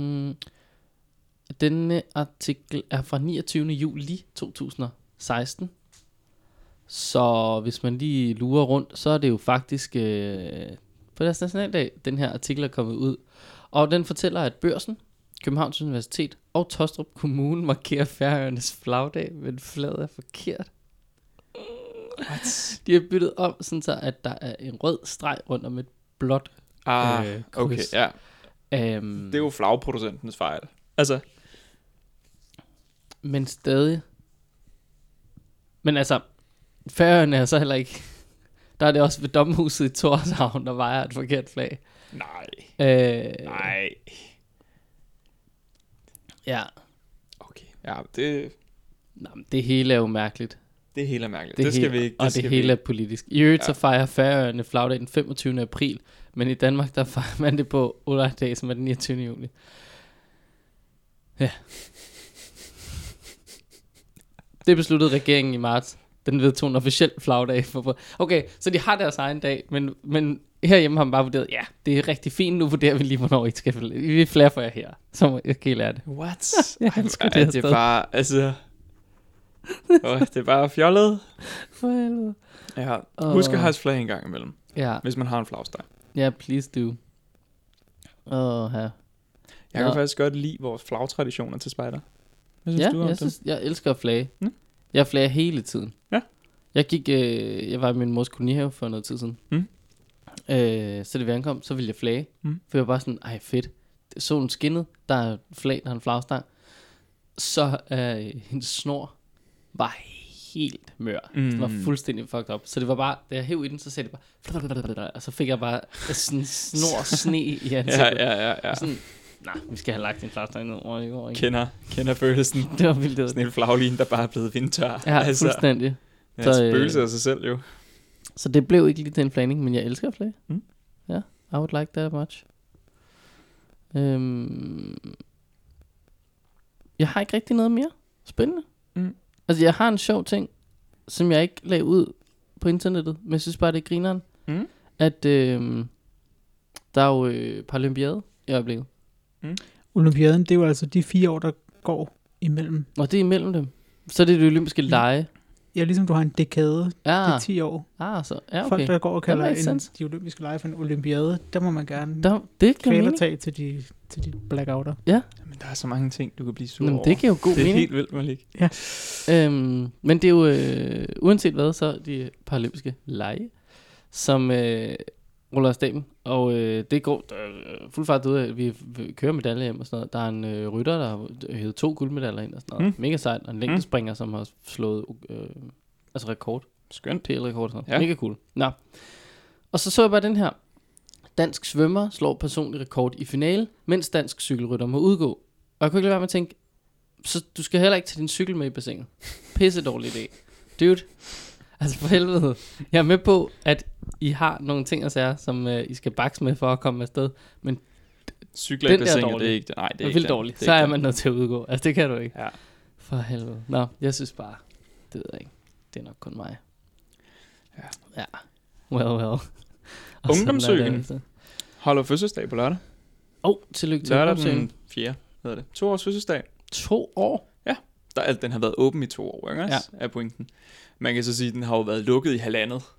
Denne artikel er fra 29. juli 2016. Så hvis man lige lurer rundt, så er det jo faktisk på deres nationaldag, den her artikel er kommet ud. Og den fortæller, at Børsen, Københavns Universitet og Tostrup Kommune markerer Færøernes flagdag, men flaget er forkert. What? De har byttet om, sådan så at der er en rød streg rundt om et blåt Okay, kryds. ja. Det Det er jo flagproducentens fejl. Altså, Men stadig. Men altså, Færøerne er så heller ikke... Der er det også ved domhuset i Tórshavn, der vejer et forkert flag. nej. Nej. Ja. Okay, ja, det Nå, men det hele er jo mærkeligt. er helt mærkeligt. Det skal vi ikke. Og det hele er politisk. I øvrigt så fejrer Færøerne flagdag den 25. april, men i Danmark der fejrer man det på 8 dage, som er den 29. juli. Ja. Det besluttede regeringen i marts. Den vedtog en officiel flagdag. Okay, så de har deres egen dag, men herhjemme har man bare vurderet, ja, det er rigtig fint, nu vurderer vi lige, hvornår I skal flage. Vi flager for jer her, så må jeg ikke lære det. What? Jeg elsker det her det er sted. bare, altså... det er bare fjollet. For helvede. Ja, husk at hejse flag en gang imellem, Ja, hvis man har en flagstang. ja, please do. Her. Jeg kan faktisk godt lide vores flagtraditioner til spejder. Hvad synes Ja, du om jeg elsker at flage. Mm. Jeg flager hele tiden. Ja. Jeg var i min mors kolonihave for noget tid siden. Mm. Så det vi ankom, så ville jeg flage. Mm. For jeg var bare sådan, ej fedt. Solen skinnede, der er flag, der er en flagstang. Så hendes snor var helt mør. Den var fuldstændig fucked up. Så det var bare, da jeg hæv i den, så sagde det bare, og så fik jeg bare sådan snor sne i ansigtet. Ja. Sådan, nej, vi skal have lagt en flagstang ned over i går. Ikke? Kender følelsen. Det var vildt. Sådan en flagline, der bare er blevet vindtør. Ja, fuldstændig. Ja, Så, spøgelse af sig selv jo. Så det blev ikke lige til en flagning, men jeg elsker at flage. Mm. Ja, I would like that much. Jeg har ikke rigtig noget mere spændende. Mm. Altså, jeg har en sjov ting, som jeg ikke lagde ud på internettet, men jeg synes bare, det er grineren. Mm. At der er jo Paralympiade i øjeblikket. Olympiaden, det er jo altså de 4 år, der går imellem. Og det er imellem dem. Så er det olympiske lege. Ja, ligesom du har en dekade, det Ja, er 10 år. så, ja, okay. Folk, der går og kalder makes sense. de olympiske lege for en olympiade, der må man gerne Det giver kvæle mening. tage til de blackouter. Men der er så mange ting, du kan blive sur Jamen, over. det giver jo god Det er mening. helt vildt, Malik. Men det er jo uanset hvad, så de paralympiske lege, som ruller af staben Og det går fuld fart ud. Vi kører medaljer hjem og sådan noget. Der er en rytter, der har hævet 2 guldmedaljer ind og sådan noget. Mega sejt. Og en længdespringer, som har slået rekord. Skønt. PL-rekord og sådan noget. Mega cool. Nå. Og så jeg bare den her. Dansk svømmer slår personlig rekord i finale, mens dansk cykelrytter må udgå. Og jeg kunne ikke lade være med at tænke, så du skal heller ikke tage din cykel med i bassinet. Pisse dårlig idé. Dude. Altså for helvede. Jeg er med på, at I har nogle ting og sager, som I skal bakse med for at komme afsted. Men cykler i bassinet, det er ikke det. Nej, det er vildt dårligt. Så er man nødt til at udgå. Altså det kan du ikke. Ja. For helvede. Nå, jeg synes bare, det ved jeg ikke. Det er nok kun mig. Ja. Well. Ungdomscykeln holder fødselsdag på lørdag. Tillykke til lørdag Ungdomscykeln. den 4. Hvad er det? 2 års fødselsdag. 2 år? Ja. Den har været åben i 2 år, ikke? Ja. Er pointen. Man kan så sige, at den har jo været lukket i 1,5.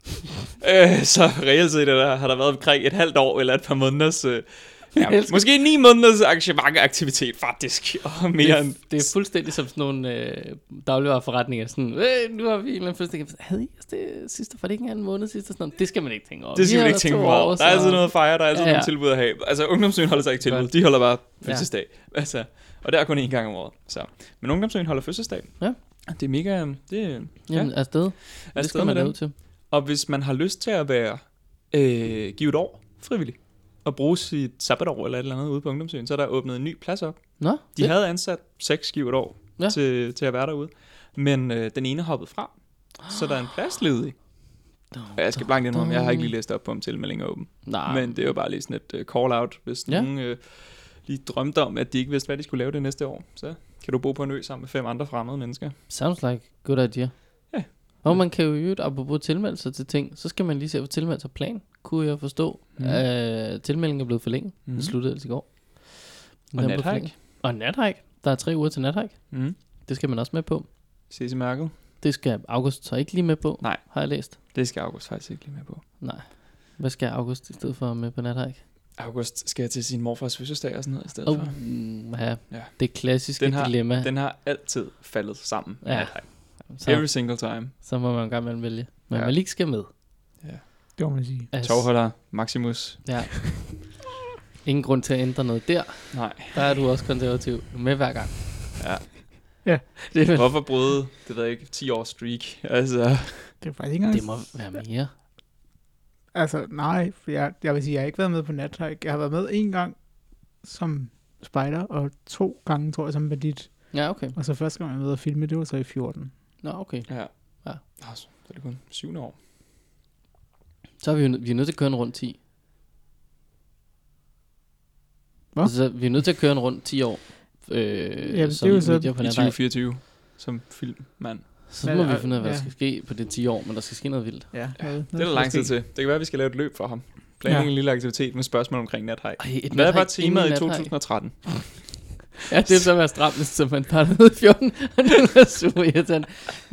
Så reelt set har der været omkring et halvt år eller et par måneders... måske 9 måneders aktivitet faktisk. Og mere end... Det er fuldstændig som sådan nogle dagligvareforretninger. Sådan, nu har vi en eller anden fødselsdag. Havde I det sidste? Var det ikke en måned sidste? Sådan, det skal man ikke tænke over. Det skal man ikke tænke over. Der er altid noget at fejre, der er altid nogle tilbud at have. Altså Ungdomsøen holder sig ikke tilbud. De holder bare fødselsdag. Altså, og det er kun 1 gang om året. Så. Men Ungdomsøen holder fødselsdag. Ja. Det er mega... Jamen, afsted. Det skal man lave til. Og hvis man har lyst til at være give et år frivilligt, og bruge sit sabbatår eller et eller andet ude på Ungdomsøen, så er der åbnet en ny plads op. Nå, de havde ansat 6 skive et år til at være derude, men den ene hoppede fra, så der er en plads ledig. Jeg skal blankt indrømme, jeg har ikke lige læst op på, om tilmeldingen er åben. Men det er jo bare lige sådan et call-out, hvis nogen lige drømte om, at de ikke vidste, hvad de skulle lave det næste år. Så kan du bo på en ø sammen med 5 andre fremmede mennesker. Sounds like good idea. Ja. Og man kan jo apropos tilmeldelser til ting, så skal man lige se på tilmeldelsesplan, kunne jeg forstå. Tilmeldingen er blevet forlænget. Det sluttede altså i går. Og nathike. Og nathike. Der er 3 uger til nathike. Det skal man også med på. Ses i mærket. Det skal August så ikke lige med på. Nej. Har jeg læst. Det skal August faktisk ikke lige med på. Nej. Hvad skal August i stedet for med på nathike? August skal til sin morfars fødselsdag og sådan noget i stedet for. Ja. Det klassiske dilemma. Den har altid faldet sammen med nathike. Every single time. Så må man gerne vælge. Men man ikke skal med. Ja. Det må man sige. Tovholder Maximus. Ja. Ingen grund til at ændre noget der. Nej. Der er du også konservativ med hver gang. Ja. Hvorfor bryde, det ved jeg ikke, 10 års streak? Altså. Det er faktisk ikke engang. Det må være mere. Altså, nej. Jeg vil sige, jeg har ikke været med på nathike. Jeg har været med 1 gang som spejder, og 2 gange, tror jeg, som bandit. Ja, okay. Og så første gang, jeg var med at filme, det var så i 14. Nå, okay. Ja. Altså, så er det kun 7 år. Så er vi er nødt til at køre en rundt 10. Hvad? Altså, vi er nødt til at køre en rundt 10 år. Ja, det er jo så i 2024 som filmmand. Så må vi finde ud af, hvad der skal ske på det 10 år, men der skal ske noget vildt. Ja, det er der lang tid til. Det kan være, at vi skal lave et løb for ham. Planlægge en lille aktivitet med spørgsmål omkring nathike. Hvad var temaet i 2013? Ja, det er så være stramt, så man startede i 14, og det var super irritant.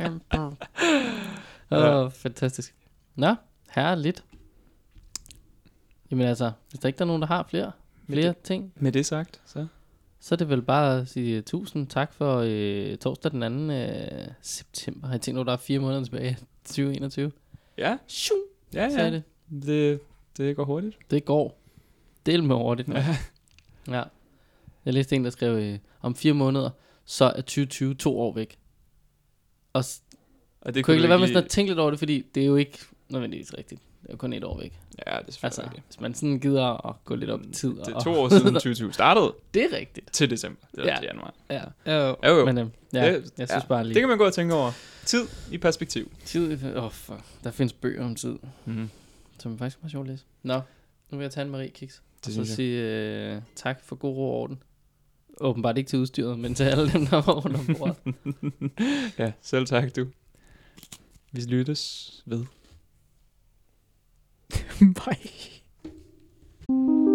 Fantastisk. Nå, herligt. Jamen altså, hvis der ikke er nogen, der har flere ting. Med det sagt, så er det vel bare at sige 1000 tak for torsdag den 2. september. Har jeg tænkt, at der er 4 måneder tilbage 2021? Ja. Ja. Det går hurtigt. Det går del med hurtigt. Ja. Jeg læste en, der skrev, om 4 måneder, så er 2020 2 år væk. Og det kunne ikke lade være med sådan at tænke lidt over det, fordi det er jo ikke nødvendigvis rigtigt. Det er jo kun 1 år væk. Ja, det er selvfølgelig rigtigt. Hvis man sådan gider at gå lidt op i tid. Det er 2 år siden 2020 startede. Det er rigtigt. Til december. Det er til januar. Ja. Jo. Men jeg synes bare lige. Det kan man gå og tænke over. Tid i perspektiv. Fuck. Der findes bøger om tid. Som er faktisk meget sjovt at læse. Nå, nu vil jeg tage en Marie Kiks. Og så sige tak for god ro og orden. Åbenbart ikke til udstyret, men til alle dem, der var rundt om bordet. Ja, selv tak du. Vi lyttes ved. Bye.